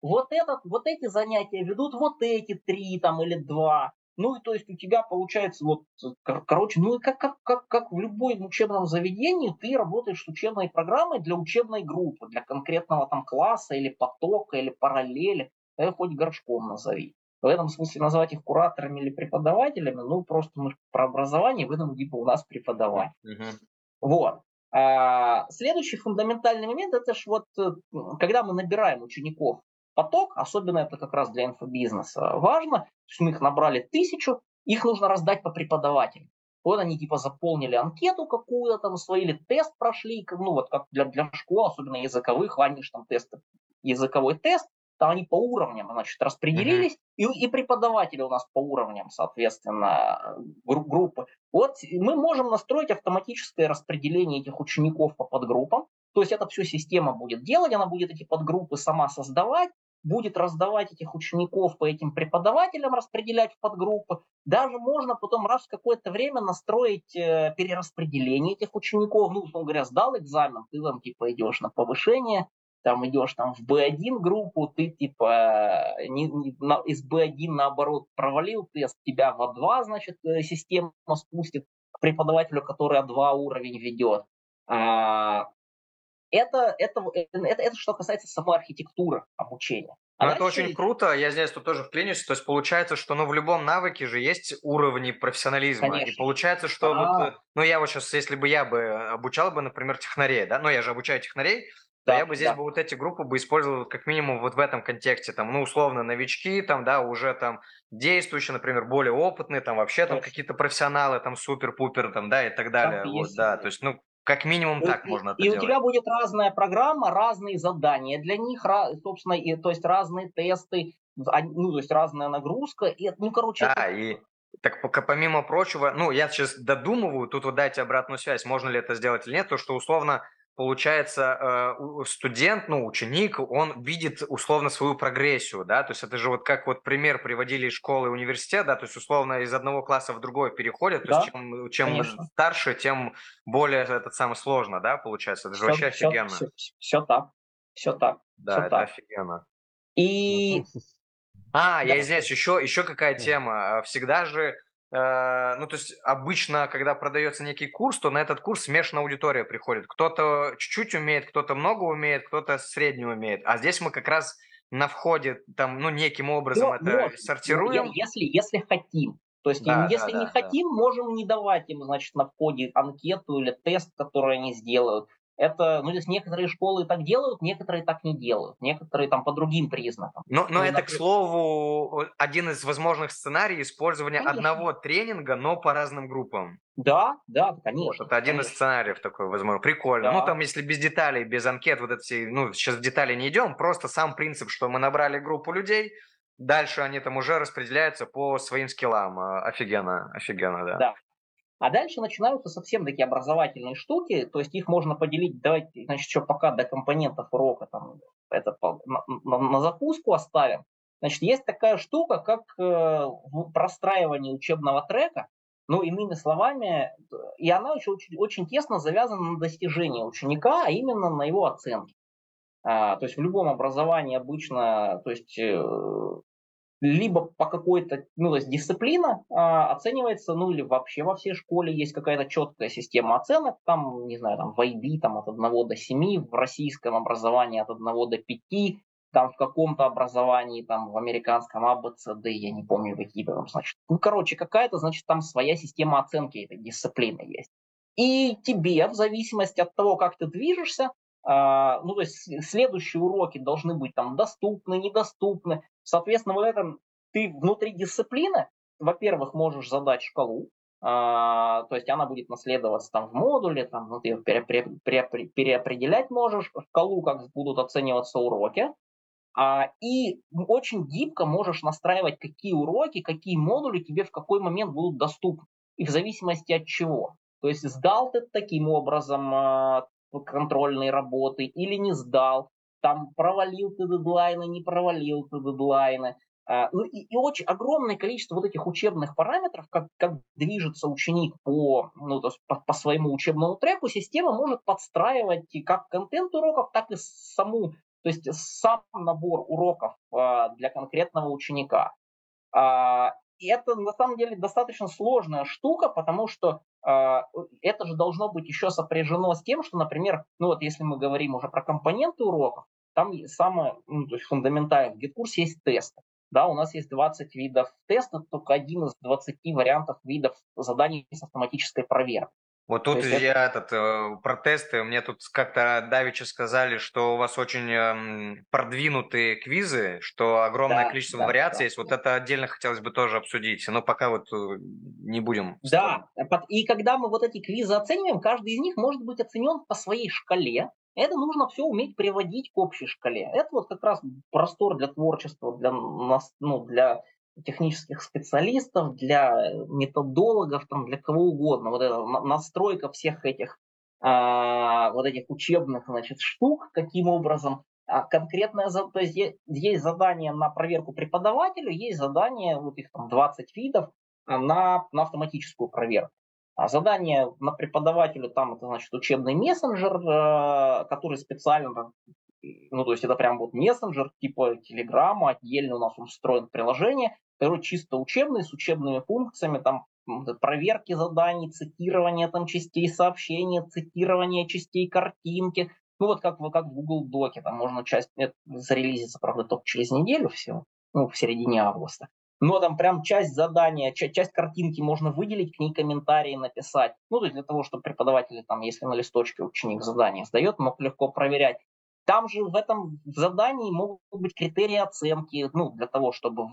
вот, этот, вот эти занятия ведут вот эти три там, или два. Ну, и то есть у тебя получается, вот, кор- короче, ну, и как, как, как, как в любом учебном заведении, ты работаешь с учебной программой для учебной группы, для конкретного там класса, или потока, или параллели, да хоть горшком назови. В этом смысле назвать их кураторами или преподавателями, ну, просто мы про образование, в этом типа у нас преподаватель. Мгм. Вот. А, следующий фундаментальный момент, это ж вот, э, когда мы набираем учеников в поток, особенно это как раз для инфобизнеса важно, то есть мы их набрали тысячу, их нужно раздать по преподавателям. Вот они типа заполнили анкету какую-то там свою, или тест прошли, как, ну вот как для, для школ, особенно языковых, ванишь там тест, языковой тест, там они по уровням, значит, Мгм. распределились, и, и преподаватели у нас по уровням, соответственно, гру- группы. Вот мы можем настроить автоматическое распределение этих учеников по подгруппам. То есть это все система будет делать, она будет эти подгруппы сама создавать, будет раздавать этих учеников по этим преподавателям, распределять в подгруппы. Даже можно потом раз в какое-то время настроить э, перераспределение этих учеников. Ну, условно говоря, сдал экзамен, ты там типа идешь на повышение, там идешь там в бэ один группу, ты типа не, не, на, из бэ один наоборот провалил тест, тебя в а два, значит, система спустит к преподавателю, который а два уровень ведет. А, это, это, это, это что касается самой архитектуры обучения. А Ну, это очень дальше, круто. Я здесь тут тоже вклинюсь. То есть получается, что ну, в любом навыке же есть уровни профессионализма. И конечно, получается, что вот, а, э, ну, я вот сейчас, если бы я бы обучал бы, например, технарей, да, ну, я же обучаю технарей, то я да, бы здесь да, бы вот эти группы бы использовал как минимум вот в этом контексте, там, ну, условно, новички, там, да, уже там действующие, например, более опытные, там, вообще там точно, какие-то профессионалы, там, супер-пупер, там, да, и так так далее, и вот, есть. да, то есть, ну, как минимум так И, можно это и у делать. тебя будет разная программа, разные задания для них, собственно, и, то есть разные тесты, ну, то есть разная нагрузка. И, ну, короче, это Да, и так пока помимо прочего, ну, я сейчас додумываю, тут вот дайте обратную связь, можно ли это сделать или нет, то что условно получается э, у- студент, ну, ученик, он видит условно свою прогрессию, да, то есть это же вот как вот пример приводили из школы и университета, да, то есть условно из одного класса в другой переходят, то есть да, чем, чем конечно. старше, тем более этот самый сложно, да, получается, это же Все, вообще все, офигенно, все, все так. Все так. Все да, это так. офигенно. Ну, И с- с- А, я да, извиняюсь, еще, еще какая да. тема. А, Всегда же, э, ну, то есть обычно, когда продается некий курс, то на этот курс смешанная аудитория приходит. Кто-то чуть-чуть умеет, кто-то много умеет, кто-то средний умеет. А здесь мы как раз на входе, там, ну, неким образом но это можем, но я- сортируем. если, если хотим. То есть, им, Да, да, если не да, да. хотим, можем не давать им, значит, на входе анкету или тест, который они сделают. Это, ну, здесь некоторые школы так делают, некоторые так не делают, некоторые там по другим признакам. Но, но Ну, это, к например, слову, один из возможных сценариев использования конечно. одного тренинга, но по разным группам. Да, да, Вот, конечно, это один из конечно. сценариев такой, возможно. Прикольно. Ну, Да, там, если без деталей, без анкет, вот это все, ну, сейчас в детали не идем, просто сам принцип, что мы набрали группу людей, дальше они там уже распределяются по своим скиллам. А, Офигенно, офигенно, да. да. А дальше начинаются совсем такие образовательные штуки, то есть их можно поделить, давайте, значит, еще пока до компонентов урока там, это на, на, на закуску оставим. Значит, есть такая штука, как э, простраивание учебного трека, ну, иными словами, и она очень, очень, очень тесно завязана на достижении ученика, а именно на его оценке. А, то есть в любом образовании обычно, то есть э, либо по какой-то, ну, то есть дисциплина а, оценивается, ну, или вообще во всей школе есть какая-то четкая система оценок, там, не знаю, там в ай би там от одного до семи, в российском образовании от одного до пяти, там в каком-то образовании, там в американском а бэ цэ дэ, я не помню, какие там, значит. Ну, короче, какая-то, значит, там своя система оценки этой дисциплины есть. И тебе, в зависимости от того, как ты движешься, а, ну, то есть следующие уроки должны быть там доступны, недоступны. Соответственно, вот это ты внутри дисциплины, во-первых, можешь задать шкалу, а, то есть она будет наследоваться там в модуле, там, ну, ты ее пере, пере, пере, переопределять можешь, шкалу, как будут оцениваться уроки, а, и очень гибко можешь настраивать, какие уроки, какие модули тебе в какой момент будут доступны, и в зависимости от чего. То есть сдал ты таким образом а, контрольные работы или не сдал, там провалил ты дедлайны, не провалил ты дедлайны. А, ну и, и очень огромное количество вот этих учебных параметров, как, как движется ученик по, ну, то есть по, по своему учебному треку, система может подстраивать как контент уроков, так и саму То есть сам набор уроков а, для конкретного ученика. А, и это на самом деле достаточно сложная штука, потому что а, это же должно быть еще сопряжено с тем, что, например, ну вот если мы говорим уже про компоненты уроков, там самое, ну, то есть фундаментально в гид-курсе есть тесты. Да, у нас есть двадцать видов тестов, только один из двадцати вариантов видов заданий с автоматической проверкой. Вот То тут есть я это, этот э, про тесты. Мне тут как-то давеча сказали, что у вас очень эм, продвинутые квизы, что огромное да, количество да, вариаций да. есть. Вот это отдельно хотелось бы тоже обсудить. Но пока вот э, не будем в сторону. Да, пот- и когда мы вот эти квизы оцениваем, каждый из них может быть оценен по своей шкале. Это нужно все уметь приводить к общей шкале. Это вот как раз простор для творчества, для нас, ну, для технических специалистов, для методологов, там, для кого угодно. Вот эта на- настройка всех этих а, вот этих учебных, значит, штук, каким образом а, конкретное, за- то есть е- есть задание на проверку преподавателю, есть задание, вот их там двадцать видов, на, на автоматическую проверку. А задание на преподавателя, там это значит учебный мессенджер, э, который специально, ну то есть это прям вот мессенджер типа Телеграма, отдельно у нас он встроен в приложение, который чисто учебный, с учебными функциями, там проверки заданий, цитирование там частей сообщения, цитирование частей картинки. Ну вот как, как в Google Доке, там можно часть, это зарелизиться, правда, только через неделю всего, ну в середине августа. Но там прям часть задания, часть картинки можно выделить, к ней комментарии написать. Ну, то есть для того, чтобы преподаватель, там, если на листочке ученик задание сдает, мог легко проверять. Там же в этом задании могут быть критерии оценки, ну, для того, чтобы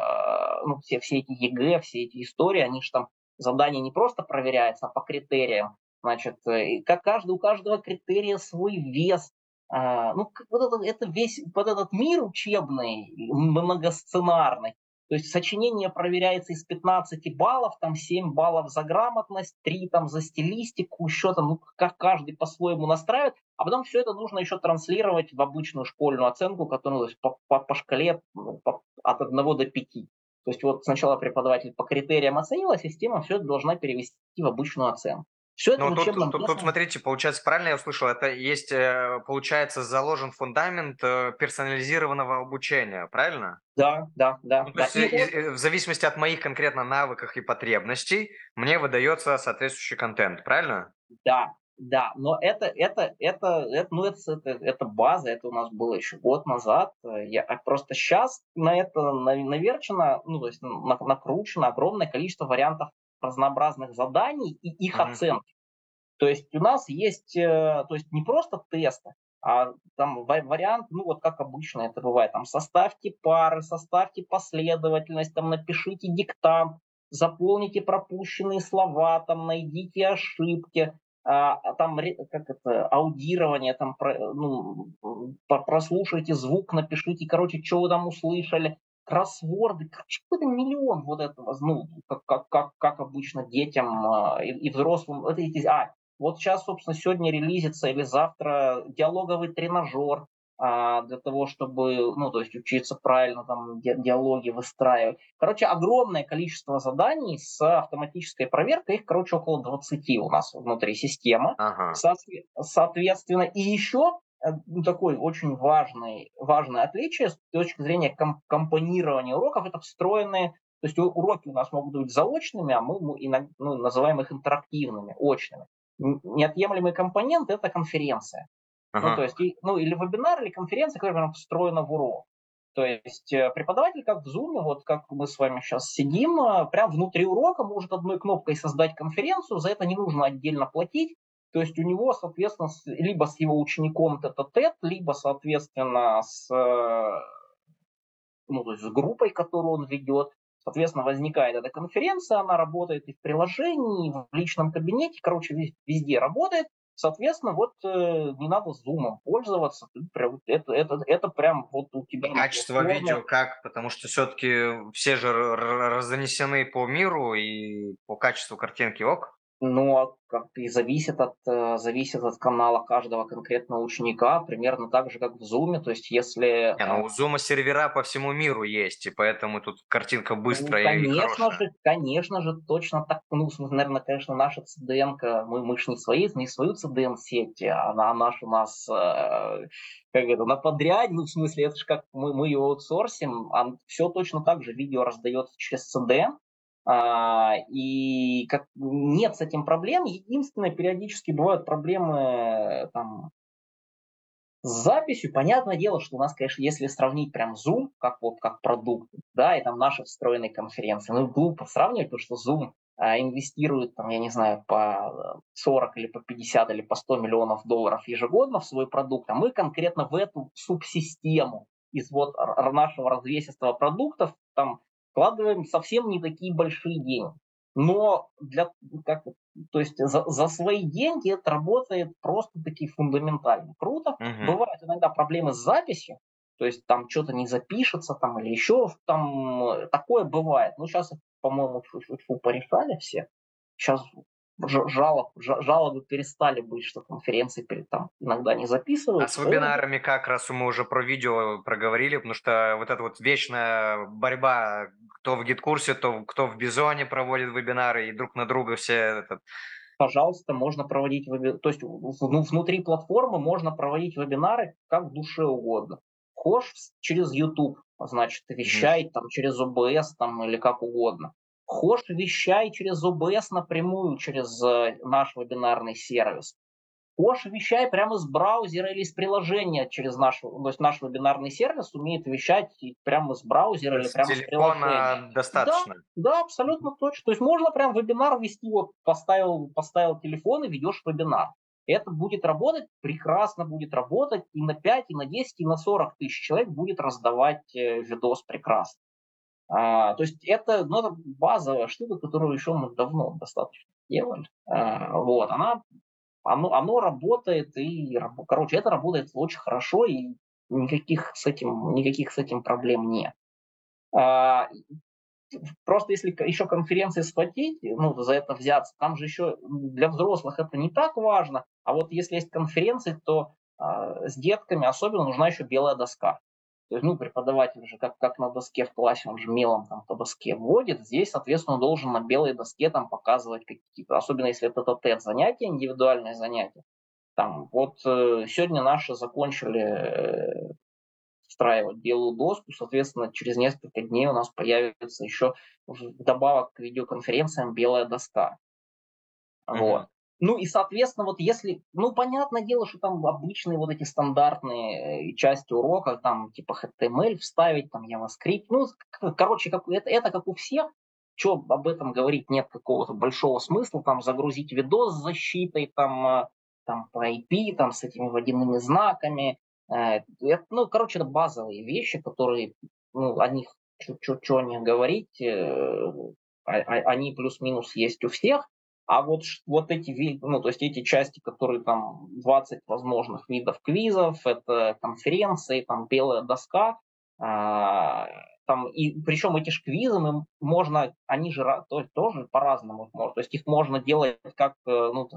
в, ну, все, все эти ЕГЭ, все эти истории, они же там, задание не просто проверяется, а по критериям. Значит, как каждый, у каждого критерия свой вес. А, ну, вот это, это весь, вот этот мир учебный, многосценарный, то есть сочинение проверяется из пятнадцати баллов, там семь баллов за грамотность, три там за стилистику, еще там, ну, как каждый по-своему настраивает, а потом все это нужно еще транслировать в обычную школьную оценку, которая то по, по, по шкале ну, по, от одного до пяти. То есть вот сначала преподаватель по критериям оценил, а система все это должна перевести в обычную оценку. Все это в Ну, тут, учебном тут, тут, месте. смотрите, получается, правильно я услышал, это есть, э, получается, заложен фундамент э, персонализированного обучения, правильно? Да, да, да, Ну, то да. есть И э, из- он, э, в зависимости от моих конкретно навыков и потребностей мне выдается соответствующий контент, правильно? Да, да, но это, это, это, это, ну, это, это, это база, это у нас было еще год назад. Э, Я а просто сейчас на это на- наверчено, ну, то есть на- накручено огромное количество вариантов разнообразных заданий и их Мгм. оценки. То есть у нас есть, э, то есть не просто тесты, а там ва- вариант, ну вот как обычно это бывает, там составьте пары, составьте последовательность, там напишите диктант, заполните пропущенные слова, там найдите ошибки, а, а там ре- как это, аудирование, там про- ну, м, про- прослушайте звук, напишите, короче, что вы там услышали, кроссворды, короче, какой-то миллион вот этого, ну, как, как, как, как обычно детям а, и, и взрослым, это, эти- а, вот сейчас, собственно, сегодня релизится или завтра диалоговый тренажер а, для того, чтобы, ну, то есть учиться правильно там ди- диалоги выстраивать. Короче, огромное количество заданий с автоматической проверкой, их, короче, около двадцати у нас внутри системы. Ага. Соотве- Соответственно, и еще э, ну, такой очень важный, важное отличие с точки зрения ком- компонирования уроков, это встроенные, то есть уроки у нас могут быть заочными, а мы мы иногда, ну, называем их интерактивными, очными. Неотъемлемый компонент – это конференция. Ну, то Ага. есть, ну, или вебинар, или конференция, которая встроена в урок. То есть э, преподаватель, как в Zoom, вот как мы с вами сейчас сидим, э, прям внутри урока может одной кнопкой создать конференцию, за это не нужно отдельно платить. То есть у него, соответственно, с, либо с его учеником тет-а-тет, либо, соответственно, с, э, ну, то есть с группой, которую он ведет. Соответственно, возникает эта конференция, она работает и в приложении, и в личном кабинете, короче, везде работает. Соответственно, вот э, не надо зумом пользоваться. Это, это, это прям вот у И тебя на качество платформе. видео как? Потому что все-таки все же р- р- разнесены по миру и по качеству картинки ок. Ну, а как и зависит от, э, зависит от канала каждого конкретного ученика, примерно так же, как в Zoom. То есть, если, Не, ну а, у Zoom сервера по всему миру есть, и поэтому тут картинка ну, быстрая и конечно хорошая. же, конечно же, точно так, ну, в смысле, наверное, конечно, наша си ди эн-ка, мы, мы ж не свои, не свою си ди эн-сеть, а она, наш у нас, э, как это, на подряд, ну, в смысле, это же как мы, мы ее аутсорсим, а все точно так же, видео раздается через си ди эн, а, и как, нет с этим проблем, единственное, периодически бывают проблемы, э, там, с записью, понятное дело, что у нас, конечно, если сравнить прям Zoom, как вот как продукт, да, и там наши встроенные конференции, ну, глупо сравнивать, потому что Zoom а, инвестирует, там, я не знаю, по сорок или по пятьдесят или по сто миллионов долларов ежегодно в свой продукт, а мы конкретно в эту субсистему из вот р- нашего развесистого продуктов там вкладываем совсем не такие большие деньги. Но для, как, то есть за, за свои деньги это работает просто-таки фундаментально круто. Мгм. Бывают иногда проблемы с записью, то есть там что-то не запишется, там или еще там э, такое бывает. Ну, сейчас, по-моему, фу-фу-фу, порешали все. Сейчас жалоб, жа- жалобы перестали быть, что конференции перед, там иногда не А с записываются. Это вебинарами как, раз мы уже про видео проговорили, потому что вот эта вот вечная борьба, кто в гид-курсе, то кто в Бизоне проводит вебинары, и друг на друга все этот. пожалуйста, можно проводить вебинары, то есть ну, внутри платформы можно проводить вебинары как в душе угодно. Хочешь через YouTube, значит, Мгм. вещай там через о бэ эс там, или как угодно. Хочешь, вещай через о бэ эс напрямую, через э, наш вебинарный сервис. Хочешь, вещай прямо из браузера или из приложения через наш, то есть наш вебинарный сервис умеет вещать прямо из То браузера или есть с прямо с приложения. телефона Да, достаточно. да, Мгм. абсолютно точно. То есть можно прям вебинар вести, вот поставил, поставил телефон и ведешь вебинар. Это будет работать, прекрасно будет работать, и на пять, и на десять, и на сорок тысяч человек будет раздавать э, видос прекрасно. А, то есть это, ну, это базовая штука, которую еще мы давно достаточно делали. А, вот, она оно, оно работает, и, короче, это работает очень хорошо, и никаких с этим, никаких с этим проблем нет. А, просто если еще конференции схватить, ну, за это взяться, там же еще для взрослых это не так важно, а вот если есть конференции, то а, с детками особенно нужна еще белая доска. То есть, ну, преподаватель же как, как на доске в классе, он же мелом там по доске вводит, здесь, соответственно, он должен на белой доске там показывать какие-то, особенно если это тет занятия, индивидуальные занятия. Там, вот э, сегодня наши закончили э, встраивать белую доску, соответственно, через несколько дней у нас появится еще вдобавок к видеоконференциям белая доска. Мгм. Вот. Ну и, соответственно, вот если, ну, понятное дело, что там обычные вот эти стандартные э, части урока, там, типа эйч ти эм эль вставить, там, JavaScript, ну, к- короче, как, это, это как у всех, что об этом говорить нет какого-то большого смысла, там, загрузить видос с защитой, там, э, там, по ай пи, там, с этими водяными знаками, э, это, ну, короче, это базовые вещи, которые, ну, о них, что о них говорить, э, а- а- они плюс-минус есть у всех, а вот, вот эти, ну, то есть эти части, которые там двадцать возможных видов квизов, это конференции, там белая доска, а, там, и причем эти ж квизы мы, можно, они же то есть, тоже по-разному, можно, то есть их можно делать как, э, ну,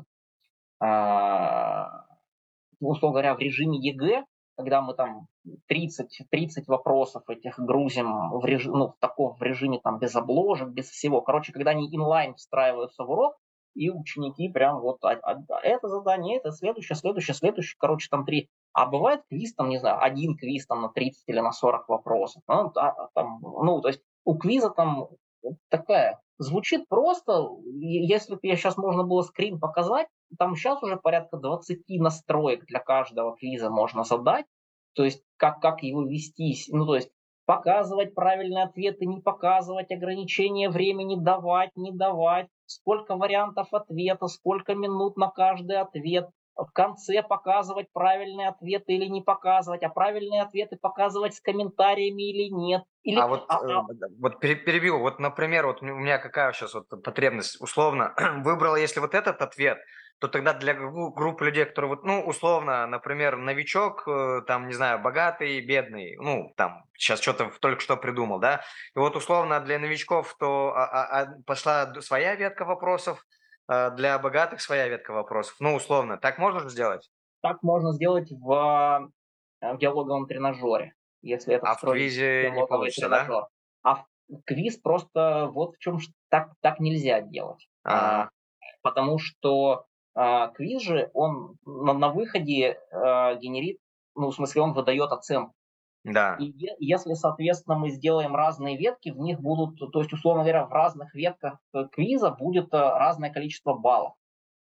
а, условно говоря, в режиме е гэ, когда мы там тридцать, тридцать вопросов этих грузим в, режим, ну, в таком в режиме там без обложек, без всего. Короче, когда они инлайн встраиваются в урок, и ученики прям вот а, а, это задание, это следующее, следующее, следующее, короче, там три. А бывает квиз, там, не знаю, один квиз там на тридцать или на сорок вопросов. Ну, а, там, ну то есть у квиза там такая, звучит просто, если бы я сейчас можно было скрин показать, там сейчас уже порядка двадцать настроек для каждого квиза можно задать, то есть как, как его вести, ну то есть показывать правильные ответы, не показывать, ограничения времени давать, не давать, сколько вариантов ответа, сколько минут на каждый ответ, в конце показывать правильные ответы или не показывать, а правильные ответы показывать с комментариями или нет. А Или, вот, а, э, а, вот пере- перебил, вот, например, вот у меня какая сейчас вот потребность, условно, выбрала, если вот этот ответ, то тогда для гру- группы людей, которые вот, ну, условно, например, новичок, э, там, не знаю, богатый, бедный, ну, там, сейчас что-то только что придумал, да, и вот условно для новичков, то а- а- а пошла д- своя ветка вопросов, э, для богатых своя ветка вопросов. Ну, условно. Так можно же сделать? Так можно сделать в э, диалоговом тренажере, если это А в встроить в квизе не диалоговый получится, да? тренажер. А в квиз просто вот в чем так, так нельзя делать. А, А, потому что а, квиз же, он на, на выходе а, генерит, ну, в смысле, он выдает оценку. И да. е- если, соответственно, мы сделаем разные ветки, в них будут, то есть, условно говоря, в разных ветках э, квиза будет э, разное количество баллов.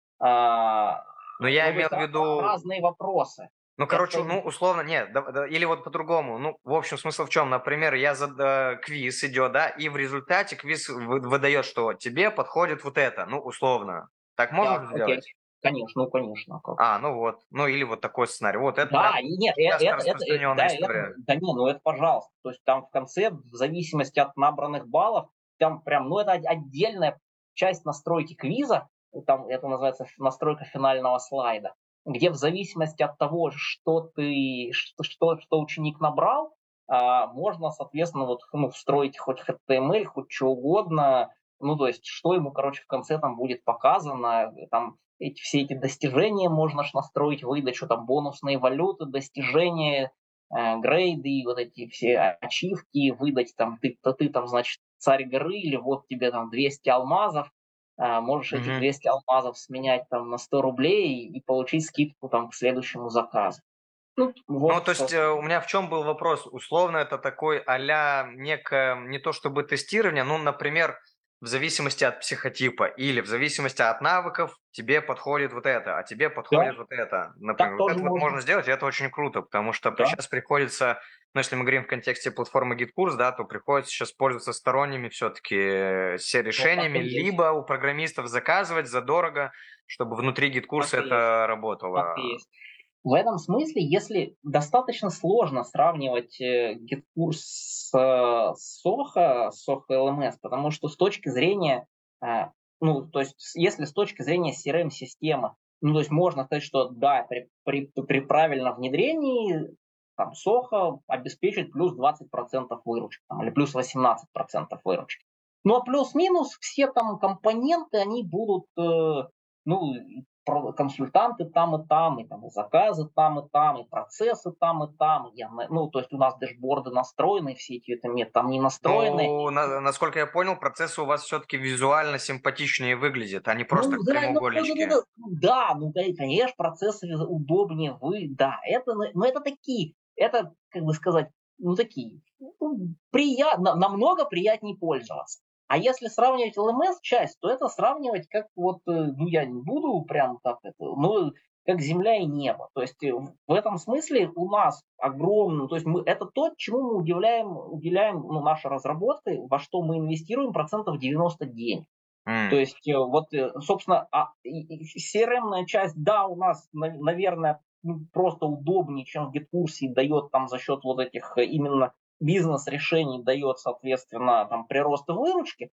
А, Но я ну, то имел есть в ра- ра- виду, разные вопросы. ну, короче, Это ну, условно, нет, да- да, или вот по-другому. Ну, в общем, смысл в чем? Например, я зад- э, квиз идет, да, и в результате квиз вы- выдает, что тебе подходит вот это, ну, условно. Так можно так, же окей. сделать? Конечно, ну конечно, как. А, ну вот. Ну, или вот такой сценарий. Вот это Да, прям и нет, э- часто это, это, э, распространенная да, это, история. да не, ну это пожалуйста. То есть там в конце, в зависимости от набранных баллов, там прям, ну это отдельная часть настройки квиза, там это называется ф- настройка финального слайда, где в зависимости от того, что ты, что, что, что ученик набрал, а, можно, соответственно, вот, ну, встроить хоть эйч ти эм эль, хоть что угодно, ну, то есть, что ему, короче, в конце там будет показано, там, эти, все эти достижения можно ж настроить, выдачу, там, бонусные валюты, достижения, э, грейды, вот эти все ачивки выдать, там, ты, то ты там, значит, царь горы, или вот тебе там двести алмазов, э, можешь эти Мгм. двести алмазов сменять там на сто рублей и получить скидку там к следующему заказу. Ну, Ну, вот, то есть, э, собственно, у меня в чем был вопрос? Условно, это такой а-ля некое, не то чтобы тестирование, ну, например, в зависимости от психотипа или в зависимости от навыков тебе подходит вот это, а тебе да, подходит вот это. Например, так вот тоже это вот можно, можно сделать, и это очень круто, потому что да, сейчас приходится, ну, если мы говорим в контексте платформы GitKurs, да, то приходится сейчас пользоваться сторонними все-таки все вот так решениями, и есть, либо у программистов заказывать задорого, чтобы внутри так GitKurs и есть, это так и работало. есть. В этом смысле, если достаточно сложно сравнивать э, гид-курс с э, Soho, с Soho эл эм эс, потому что с точки зрения, э, ну, то есть, с- если с точки зрения си ар эм-системы, ну, то есть можно сказать, что да, при, при, при правильном внедрении там, Soho обеспечит плюс двадцать процентов выручки, там, или плюс восемнадцать процентов выручки. Но плюс-минус все там компоненты, они будут, э, ну, про- консультанты там и там, и там и заказы там и там, и процессы там и там. И, ана- ну, то есть у нас дэшборды настроены, все эти это нет, там не настроены. Ну, на насколько я понял, процессы у вас все-таки визуально симпатичнее выглядят, а не просто Ну, как да, ну, ну, ну, прямоугольнички. ну, ну, да, ну, кон- конечно, процессы удобнее, вы, да, это, ну, ну, это такие, это, как бы сказать, ну, такие, ну, приятно, намного приятнее пользоваться. А если сравнивать эл эм эс-часть, то это сравнивать как вот, э, ну, я не буду прям так это, ну, как земля и небо. То есть э, в в этом смысле у нас огромный, то есть мы, это то, чему мы удивляем, уделяем, ну, наша разработка, во что мы инвестируем процентов девяносто денег. То М. есть, э, вот, э, собственно, а, и, и си ар эм-ная часть, да, у нас, на- наверное, ну, просто удобнее, чем в GitKurs, и дает там за счет вот этих э, именно бизнес-решений, дает, соответственно, там прирост выручки,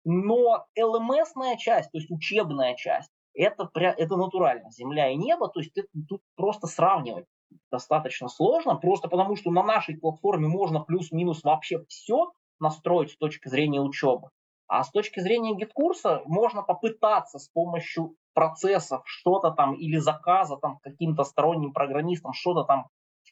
но эл эм эс-ная часть, то есть учебная часть, это, пря- это натурально, земля и небо, то есть это, тут просто сравнивать достаточно сложно, просто потому что на нашей платформе можно плюс-минус вообще все настроить с точки зрения учебы. А с точки зрения гид-курса можно попытаться с помощью процессов что-то там или заказа там каким-то сторонним программистам что-то там,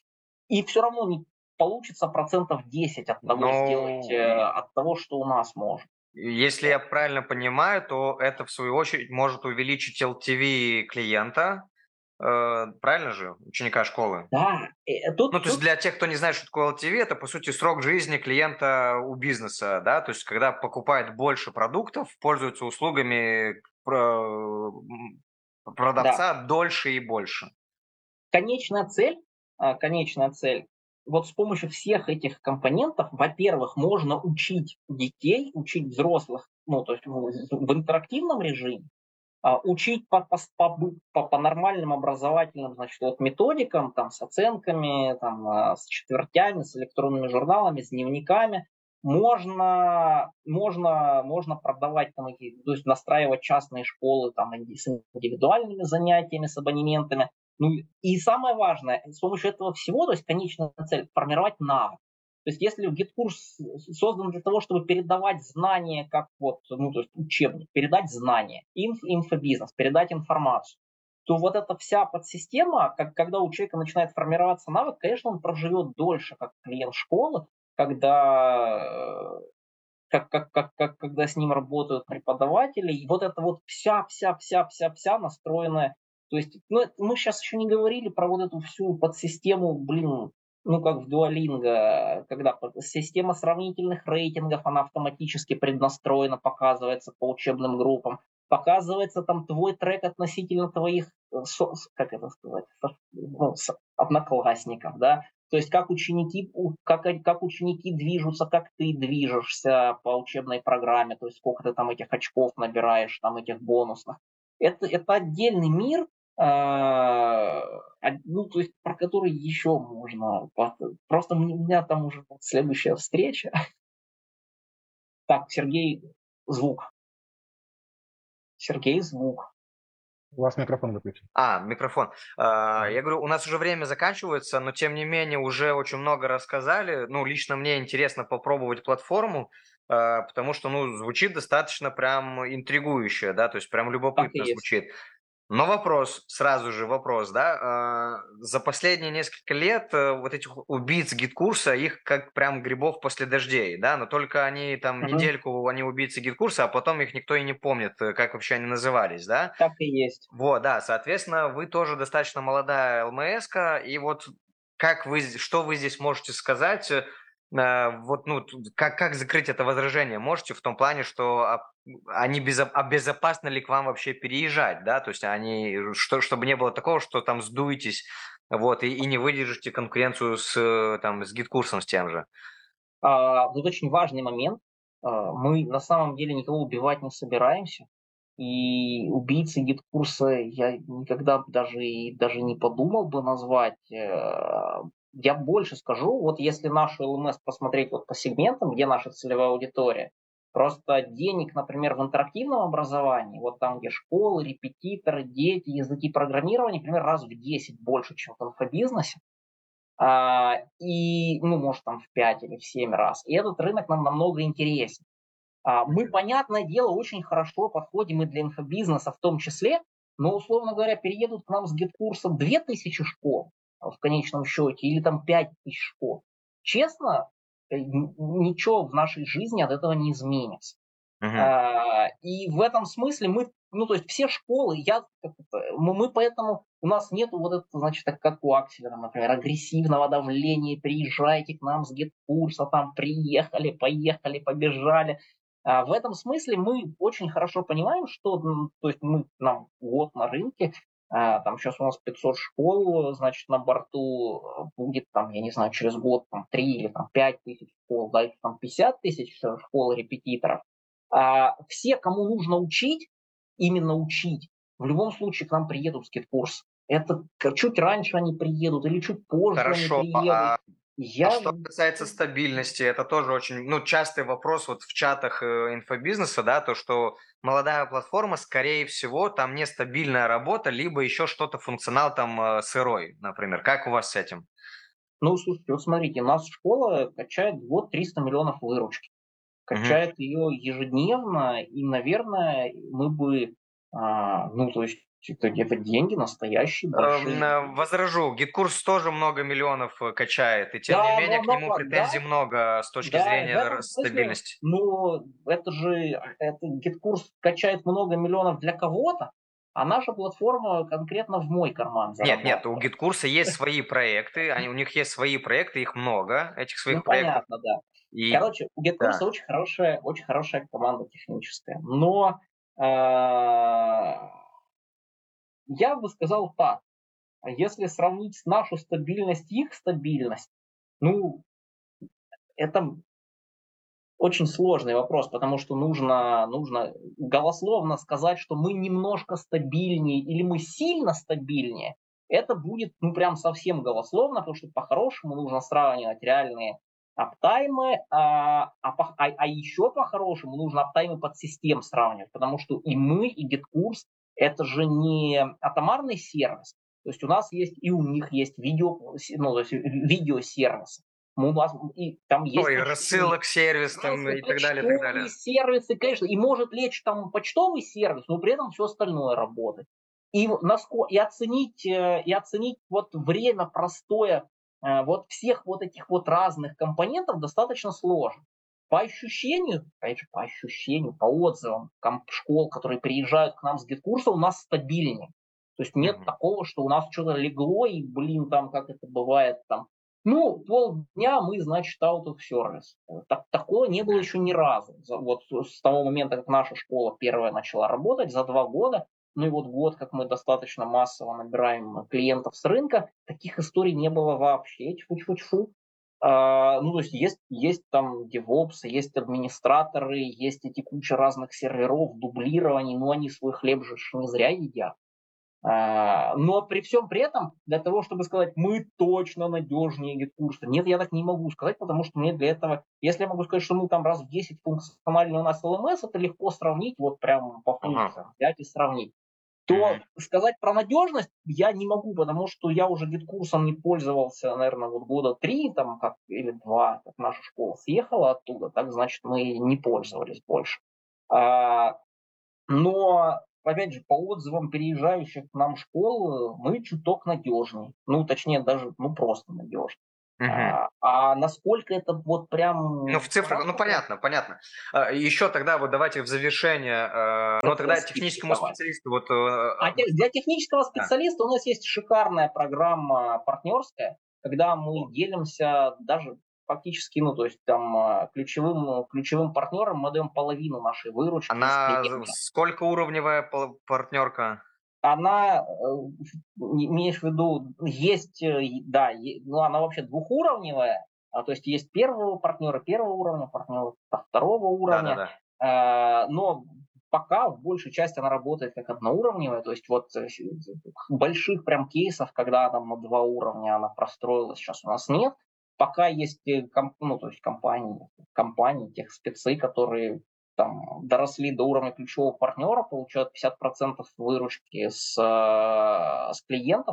и все равно не получится процентов десять от того сделать, Ну, э, и от того, что у нас может. если я правильно понимаю, то это, в свою очередь, может увеличить эл ти ви клиента, э, правильно же, ученика школы? Да, э, Ну, тут, то есть тут для тех, кто не знает, что такое эл ти ви, это, по сути, срок жизни клиента у бизнеса, да, то есть когда покупает больше продуктов, пользуется услугами про- м, да, продавца дольше и больше. конечная цель, а, конечная цель, вот с помощью всех этих компонентов, во-первых, можно учить детей, учить взрослых, ну, то есть в, в интерактивном режиме, а, учить по, по, по, по- по нормальным образовательным, значит, вот методикам, там, с оценками, там, а, с четвертями, с электронными журналами, с дневниками. Можно, можно, можно продавать, там, эти, то есть настраивать частные школы там, с индивидуальными занятиями, с абонементами. Ну и самое важное, с помощью этого всего, то есть конечная цель, формировать навык. То есть если GitKurs создан для того, чтобы передавать знания, как вот, ну, то есть учебник, передать знания, инф, инфобизнес, передать информацию, то вот эта вся подсистема, как, когда у человека начинает формироваться навык, конечно, он проживет дольше, как клиент школы, когда, как, как, как, как, когда с ним работают преподаватели, и вот это вот вся-вся-вся-вся-вся настроенная. То есть, ну, мы сейчас еще не говорили про вот эту всю подсистему, блин, ну, как в Duolingo, когда система сравнительных рейтингов, она автоматически преднастроена, показывается по учебным группам, показывается там твой трек относительно твоих, как это сказать, ну, одноклассников, да, то есть как ученики, как, как ученики движутся, как ты движешься по учебной программе, то есть сколько ты там этих очков набираешь, там этих бонусных. Это, это отдельный мир, ну, то есть, про который еще можно. Просто у меня там уже следующая встреча. Так, Сергей, звук. Сергей, звук. У вас микрофон выключен. А, микрофон. А, я говорю, у нас уже время заканчивается, но тем не менее уже очень много рассказали. Ну, лично мне интересно попробовать платформу, а, потому что, ну, звучит достаточно прям интригующе, да, то есть прям любопытно звучит. Но вопрос, сразу же вопрос, да, э, за последние несколько лет э, вот этих убийц гид-курса, их как прям грибов после дождей, да, но только они там Мгм. недельку, они убийцы гид-курса, а потом их никто и не помнит, э, как вообще они назывались, да. Так и есть. Вот, да, соответственно, вы тоже достаточно молодая ЛМС-ка, и вот как вы, что вы здесь можете сказать, э, э, вот, ну, тут как, как закрыть это возражение? Можете в том плане, что а, они безо- а безопасно ли к вам вообще переезжать, да, то есть они, что, чтобы не было такого, что там сдуетесь, вот, и, и не выдержите конкуренцию с, э, там, с гид-курсом с тем же. А, вот очень важный момент. А, мы на самом деле никого убивать не собираемся. И убийцы гид-курса я никогда даже, и, даже не подумал бы назвать. Э, Я больше скажу, вот если нашу ЛМС посмотреть вот по сегментам, где наша целевая аудитория, просто денег, например, в интерактивном образовании, вот там, где школы, репетиторы, дети, языки программирования, например, раз в десять больше, чем в инфобизнесе. А, и, ну, может, там в пять или в семь раз. И этот рынок нам намного интересен. А, мы, понятное дело, очень хорошо подходим и для инфобизнеса в том числе, но, условно говоря, переедут к нам с гид-курсом две тысячи школ в конечном счете или там пять тысяч школ. Честно, э, ничего в нашей жизни от этого не изменится. Мгм. А, и в этом смысле мы, ну, то есть все школы, я, мы, мы поэтому, у нас нету вот этого, значит, так как у Акселя, например, агрессивного давления, приезжайте к нам с гид-курса, там, приехали, поехали, побежали. А в этом смысле мы очень хорошо понимаем, что, то есть мы, нам год на рынке, а, там сейчас у нас пятьсот школ, значит, на борту будет, там, я не знаю, через год там три или там пять тысяч школ, дальше там пятьдесят тысяч школ репетиторов. А все, кому нужно учить, именно учить, в любом случае к нам приедут с гид-курс. Это чуть раньше они приедут или чуть позже Хорошо, они приедут. а А Я... что касается стабильности, это тоже очень, ну, частый вопрос вот в чатах э, инфобизнеса, да, то, что молодая платформа, скорее всего, там нестабильная работа, либо еще что-то, функционал там э, сырой, например. Как у вас с этим? Ну, слушайте, вот смотрите, у нас школа качает в год триста миллионов выручки. Мгм. Качает ее ежедневно, и, наверное, мы бы, а, ну, то есть, это, это деньги настоящие, Эм, большие. э, Возражу, гид-курс тоже много миллионов э, качает, и тем не Да, менее но, к но, нему по- да, претензий много с точки да, в зрения этом р- смысле, стабильности. ну, это же, это гид-курс качает много миллионов для кого-то, а наша платформа конкретно в мой карман Нет, нет, у зарабатывает. гид-курса есть свои проекты, они, у них есть свои проекты, их много, этих Ну, своих проектов. понятно, да. И Короче, у гид-курса да. очень хорошая, очень хорошая команда техническая. Но а, я бы сказал так, если сравнить нашу стабильность и их стабильность, ну, это очень сложный вопрос, потому что нужно, нужно голословно сказать, что мы немножко стабильнее или мы сильно стабильнее. Это будет, ну, прям совсем голословно, потому что по-хорошему нужно сравнивать реальные аптаймы, а, а, по- а, а еще по-хорошему нужно аптаймы под систем сравнивать, потому что и мы, и GitKurs это же не атомарный сервис. То есть у нас есть и у них есть видео, ну, то есть видеосервис. Мы, у нас, и там есть Ой, почтовый, рассылок, сервис там есть и так далее, и так почтовые далее. сервисы, конечно, и может лечь там почтовый сервис, но при этом все остальное работает. И, наско- и, оценить, э, и оценить вот время простое э, вот всех вот этих вот разных компонентов достаточно сложно. По ощущению, опять же, по ощущению, по отзывам комп- школ, которые приезжают к нам с гид-курса, у нас стабильнее. То есть нет Мгм. такого, что у нас что-то легло, и, блин, там, как это бывает, там, ну, полдня мы, значит, out of service. Так, такого не было Мгм. еще ни разу. За- Вот с того момента, как наша школа первая начала работать, за два года, ну и вот год, как мы достаточно массово набираем клиентов с рынка, таких историй не было вообще. Тьфу-тьфу-тьфу. А, ну, то есть есть, есть там девопсы, есть администраторы, есть эти куча разных серверов, дублирований, но они свой хлеб же не зря едят. А, но при всем при этом, для того, чтобы сказать, мы точно надежнее гид-курса, нет, я так не могу сказать, потому что мне для этого, если я могу сказать, что мы там раз в десять функциональнее у нас эл эм эс, это легко сравнить, вот прям по Ага. функциям взять и сравнить. Мгм. То сказать про надежность я не могу, потому что я уже гид-курсом не пользовался, наверное, вот года три там, как, или два, как наша школа съехала оттуда, так значит мы не пользовались больше. А, но, опять же, по отзывам переезжающих к нам школ, мы чуток надежнее. Ну, точнее, даже, ну, просто надежнее. Мгм. А, а насколько это вот Ну, в прям цифрах, ну, хорошо, понятно, понятно. А, еще тогда вот давайте в завершение, э, ну, тогда соответственно, техническому давай. специалисту вот, э, А для технического да. специалиста у нас есть шикарная программа партнерская, когда мы делимся даже фактически, ну, то есть там а, ключевым, ключевым партнером мы даем половину нашей выручки с Она з клиента. сколько уровневая пал партнерка? Она, э, имеешь в виду, есть, э, да, ну, она вообще двухуровневая, а, то есть есть первого партнера первого уровня, партнера второго уровня, Да-да-да. э, но пока в большей части она работает как одноуровневая, то есть вот э, больших прям кейсов, когда там на два уровня она простроилась, сейчас у нас нет. Пока есть, э, ну, то есть компании, компании, тех спецы, которые там доросли до уровня ключевого партнера, получают пятьдесят процентов выручки с, э, с клиентов,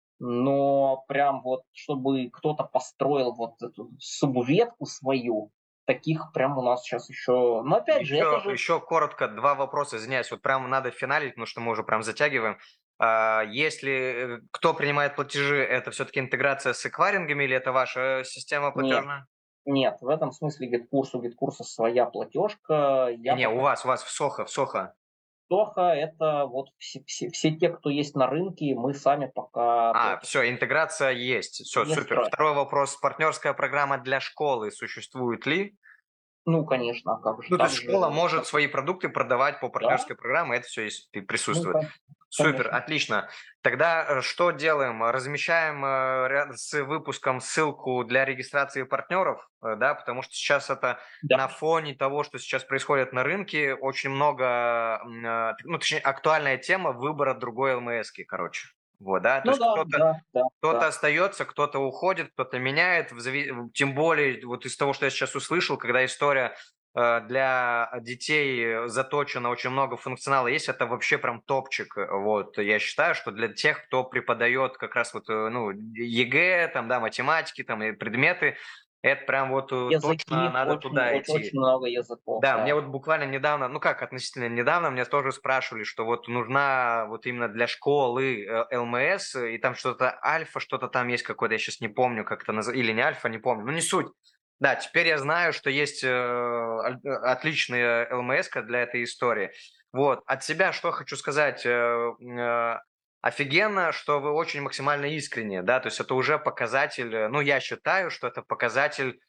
но прям вот, чтобы кто-то построил вот эту субветку свою, таких прям у нас сейчас еще... Но опять же, это Еще же... еще коротко два вопроса, извиняюсь, вот прям надо финалить, потому что мы уже прям затягиваем. А, если, э, кто принимает платежи, это все-таки интеграция с эквайрингами или это ваша система Нет, платежная? нет, в этом смысле гид-курс, у гид-курса своя платежка. Я Не-не, у пока... вас, у вас в Сохо, в Сохо. Тоха, это вот все, все, все те, кто есть на рынке, мы сами пока А, платежи все, интеграция есть. Все, не супер. строим. Второй вопрос. Партнерская программа для школы существует ли? Ну, конечно, а как же, Ну, то так есть же, школа может свои продукты продавать по да, партнерской программе, это все есть, и ну, присутствует. кон- Супер, конечно. отлично. Тогда э, что делаем? Размещаем э, ря- с выпуском ссылку для регистрации партнеров, э, да, потому что сейчас это Да. на фоне того, что сейчас происходит на рынке, очень много, м, э, ну, точнее, актуальная тема выбора другой эл эм эс, короче. Вот, да, то Ну есть да, кто-то да, да, кто-то да. остается, кто-то уходит, кто-то меняет. В зави- Тем более, вот из того, что я сейчас услышал, когда история э, для детей заточена, очень много функционала есть, это вообще прям топчик. Вот, я считаю, что для тех, кто преподает как раз вот, э, ну, ЕГЭ, там, да, математики, там, и предметы, это прям вот э, точно Языки, надо очень, туда очень, идти. очень много языков, Да, мне да. вот буквально недавно, ну как относительно недавно, мне тоже спрашивали, что вот нужна вот именно для школы э, эл эм эс, и там что-то альфа, что-то там есть какое-то, я сейчас не помню, как это называется, или не альфа, не помню, ну не суть. Да, теперь я знаю, что есть э, аль- э, отличная эл эм эс для этой истории. Вот, от себя что хочу сказать, э, э, офигенно, что вы очень максимально искренне, да, то есть это уже показатель, э, ну я считаю, что это показатель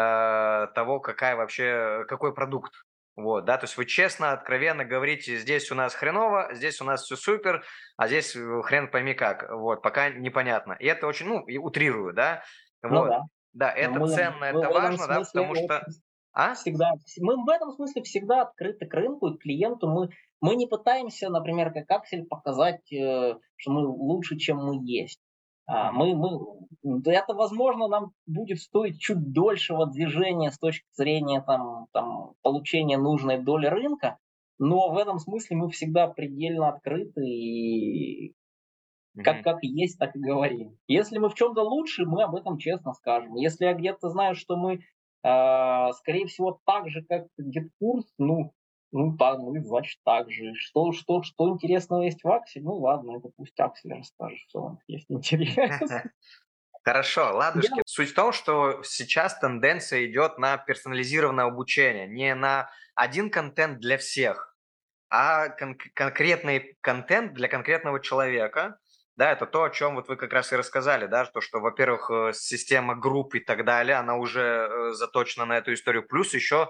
э, того, какая вообще, какой продукт. Вот, да, то есть вы честно, откровенно говорите, здесь у нас хреново, здесь у нас все супер, а здесь э, хрен пойми как, вот, пока непонятно. И это очень, ну, и утрирую, да, Ну вот. да. Да, это Мы, ценно, мы это в этом важно, да, смысле потому очень что... А? всегда, мы в этом смысле всегда открыты к рынку и к клиенту. Мы, мы не пытаемся, например, как Аксель, показать, э, что мы лучше, чем мы есть. А, Мгм. мы, мы, это, возможно, нам будет стоить чуть дольшего движения с точки зрения там, там, получения нужной доли рынка, но в этом смысле мы всегда предельно открыты и Как, Мгм. как есть, так и говорим. Если мы в чем-то лучше, мы об этом честно скажем. Если я где-то знаю, что мы, э, скорее всего, так же, как GitKurs, ну, ну, так, мы, значит, так же. Что, что, что интересного есть в Акселе? Ну, ладно, это пусть Аксель расскажет, что у них есть интересно. Хорошо, Я ладушки. Суть в том, что сейчас тенденция идет на персонализированное обучение, не на один контент для всех, а кон- конкретный контент для конкретного человека. Да, это то, о чем вот вы как раз и рассказали, да, то, что, во-первых, э, система групп и так далее, она уже э, заточена на эту историю, плюс еще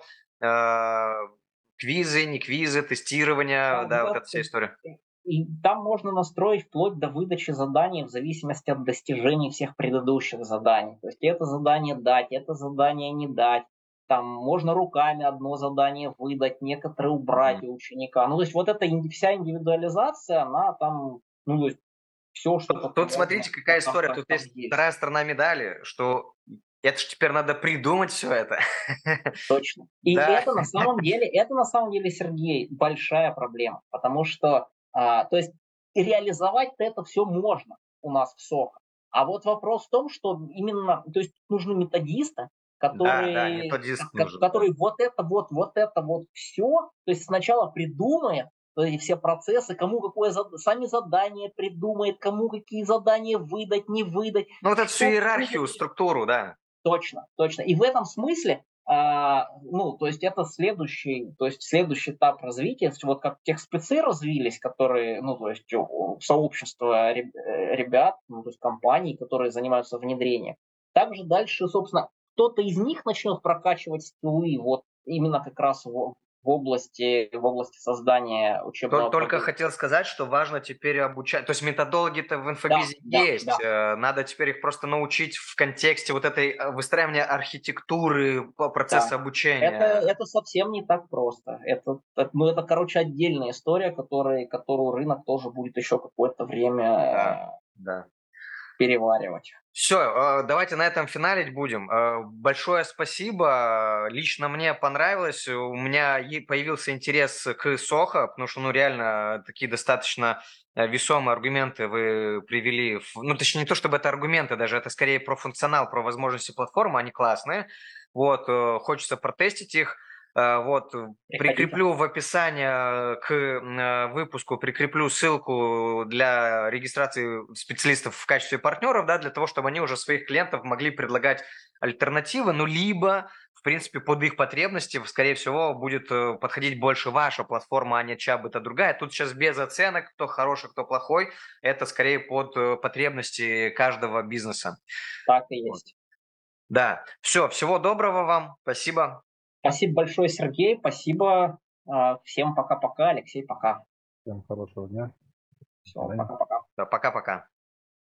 э, квизы, не квизы, тестирование, Да, да, вот да, эта вся история. и там можно настроить вплоть до выдачи заданий в зависимости от достижений всех предыдущих заданий. То есть это задание дать, это задание не дать. Там можно руками одно задание выдать, некоторые убрать Мгм. у ученика. Ну, то есть вот эта инди- вся индивидуализация, она там, ну, то есть все, что Тут, только тут можно, смотрите, какая там, история. там, Тут там есть есть. вторая сторона медали, что это же теперь надо придумать все это. Точно. И Да. это на самом деле, это на самом деле, Сергей, большая проблема, потому что, а, то есть реализовать-то это все можно у нас в СОХ. А вот вопрос в том, что именно, то есть нужны методисты, Да, да, которые, методист ко- нужен, да. которые вот это вот, вот это вот все, то есть сначала придумает, то есть все процессы, кому какое зад- сами задания придумает, кому какие задания выдать, не выдать, Ну, вот эту всю все иерархию, структуру, да. Точно, точно. И в этом смысле, а, ну, то есть это следующий, то есть следующий этап развития, вот как техспецы развились, которые, ну, то есть о, сообщество реб- э, ребят, ну, то есть компаний, которые занимаются внедрением. Также дальше, собственно, кто-то из них начнет прокачивать скиллы вот именно как раз в, в области, в области создания Тол- учебного Только продукта. хотел сказать, что важно теперь обучать. То есть методологи-то в Да, инфобизе да, есть. да, э, Надо теперь их просто научить в контексте вот этой э, выстраивания архитектуры по да. процесса Это, обучения. это совсем не так просто. Это, это, ну, это, короче, отдельная история, которой, которую рынок тоже будет еще какое-то Да, время э, да. переваривать. Все, давайте на этом финалить будем. Э, Большое спасибо. Лично мне понравилось. У меня е- появился интерес к Сохо, потому что, ну, реально, такие достаточно э, весомые аргументы вы привели. в- Ну, точнее, не то чтобы это аргументы даже, это скорее про функционал, про возможности платформы, они классные. Вот, э, хочется протестить их. Э, Вот, э, Приходите. прикреплю в описании к э, выпуску, прикреплю ссылку для регистрации специалистов в качестве партнеров, да, для того, чтобы они уже своих клиентов могли предлагать альтернативы, ну, либо, в принципе, под их потребности, скорее всего, будет э, подходить больше ваша платформа, а не чья бы то другая. Тут сейчас без оценок, кто хороший, кто плохой, это скорее под э, потребности каждого бизнеса. Так и Вот. есть. Да, все, всего доброго вам, спасибо. Спасибо большое, Сергей. Спасибо. Э, Всем пока-пока. Алексей, пока. Всем хорошего дня. До Все, свидания. пока-пока. Да, пока-пока.